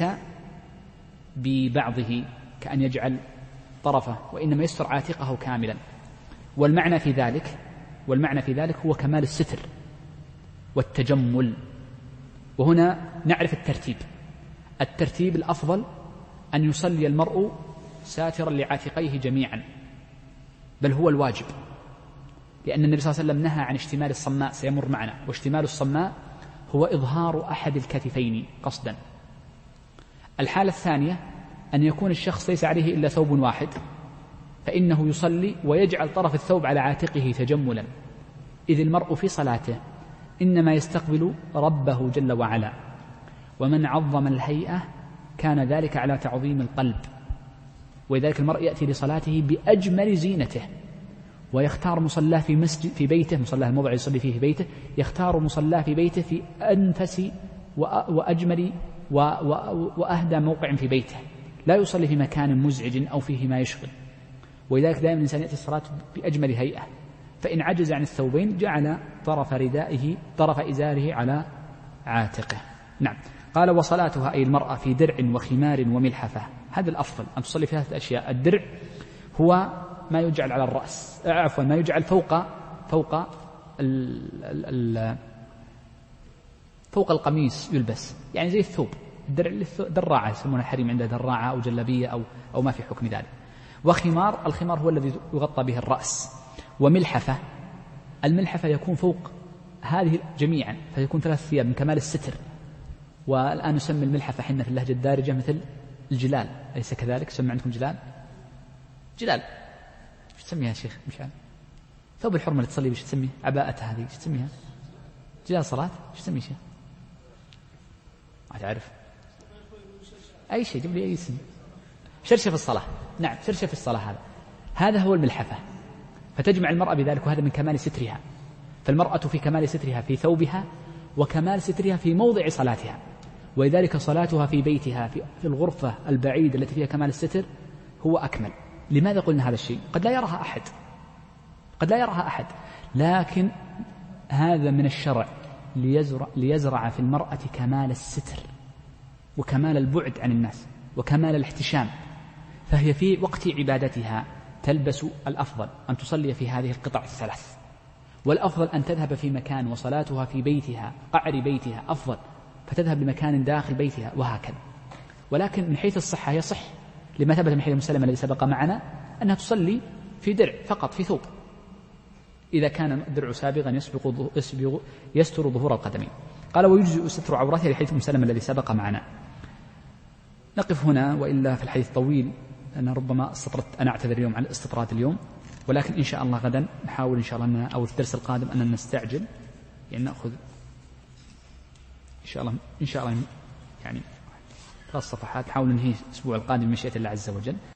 ببعضه كأن يجعل طرفه، وإنما يستر عاتقه كاملا. والمعنى في ذلك والمعنى في ذلك هو كمال الستر والتجمل. وهنا نعرف الترتيب. الترتيب الأفضل أن يصلي المرء ساترا لعاتقيه جميعا، بل هو الواجب، لأن النبي صلى الله عليه وسلم نهى عن اشتمال الصماء سيمر معنا، واشتمال الصماء هو إظهار أحد الكتفين قصدا. الحالة الثانية أن يكون الشخص ليس عليه إلا ثوب واحد، فإنه يصلي ويجعل طرف الثوب على عاتقه تجملا، إذ المرء في صلاته إنما يستقبل ربه جل وعلا، ومن عظم الهيئة كان ذلك على تعظيم القلب. ولذلك المرء يأتي لصلاته بأجمل زينته، ويختار مصلاه في مسجد في بيته، مصلاه الموضع يصلي فيه في بيته، يختار مصلاه في بيته في أنفس وأجمل وأهدى موقع في بيته، لا يصلي في مكان مزعج أو فيه ما يشغل. ولذلك دائما الإنسان يأتي الصلاة بأجمل هيئة، فإن عجز عن الثوبين جعل طرف ردائه طرف إزاره على عاتقه. نعم. قال وصلاتها أي المرأة في درع وخمار وملحفة، هذا الأفضل أن تصلي في ثلاثة أشياء. الدرع هو ما يجعل على الرأس، عفوا ما يجعل فوق فوق ال ال فوق القميص يلبس، يعني زي الثوب. الدرع دراعة يسمونها الحريم عنده دراعة أو جلبية أو أو ما في حكم ذلك. وخمار، الخمار هو الذي يغطى به الرأس. وملحفة، الملحفة يكون فوق هذه جميعا، فيكون ثلاث ثياب من كمال الستر. والآن نسمي الملحفة حنا في اللهجة الدارجة مثل الجلال، أليس كذلك؟ سمع عندكم جلال؟ جلال ايش تسميها يا شيخ؟ مش عارف. ثوب الحرمة اللي تصلي بيش تسميه؟ عباءة هذه ايش تسميها؟ جلال صلاة ايش تسميه شيخ؟ ما تعرف أي شيء، جيب لي أي اسم. شرشف الصلاة، نعم شرشف الصلاة، هذا هذا هو الملحفة. فتجمع المرأة بذلك، وهذا من كمال سترها. فالمرأة في كمال سترها في ثوبها، وكمال سترها في موضع صلاتها. ولذلك صلاتها في بيتها في الغرفة البعيدة التي فيها كمال الستر هو أكمل. لماذا قلنا هذا الشيء؟ قد لا يراها أحد، قد لا يراها أحد، لكن هذا من الشرع ليزرع, ليزرع في المرأة كمال الستر وكمال البعد عن الناس وكمال الاحتشام. فهي في وقت عبادتها تلبس الأفضل أن تصلي في هذه القطع الثلاث، والأفضل أن تذهب في مكان وصلاتها في بيتها قعر بيتها أفضل، فتذهب لمكان داخل بيتها وهكذا. ولكن من حيث الصحة هي صح، لما ثبت من حديث أم سلمة الذي سبق معنا أنها تصلي في درع فقط، في ثوب، إذا كان الدرع سابغا يسبق يسبق يستر ظهور القدمين. قال ويجزئ ستر عورتها لحديث أم سلمة الذي سبق معنا. نقف هنا، وإلا في الحديث طويل، أنا ربما استطردت، أنا أعتذر اليوم عن الاستطراد اليوم، ولكن إن شاء الله غدا نحاول إن شاء الله أن أو في الدرس القادم أن نستعجل، يعني نأخذ إن شاء الله إن شاء الله يعني ثلاث صفحات، نحاول ننهي الأسبوع القادم بمشيئة الله عز وجل.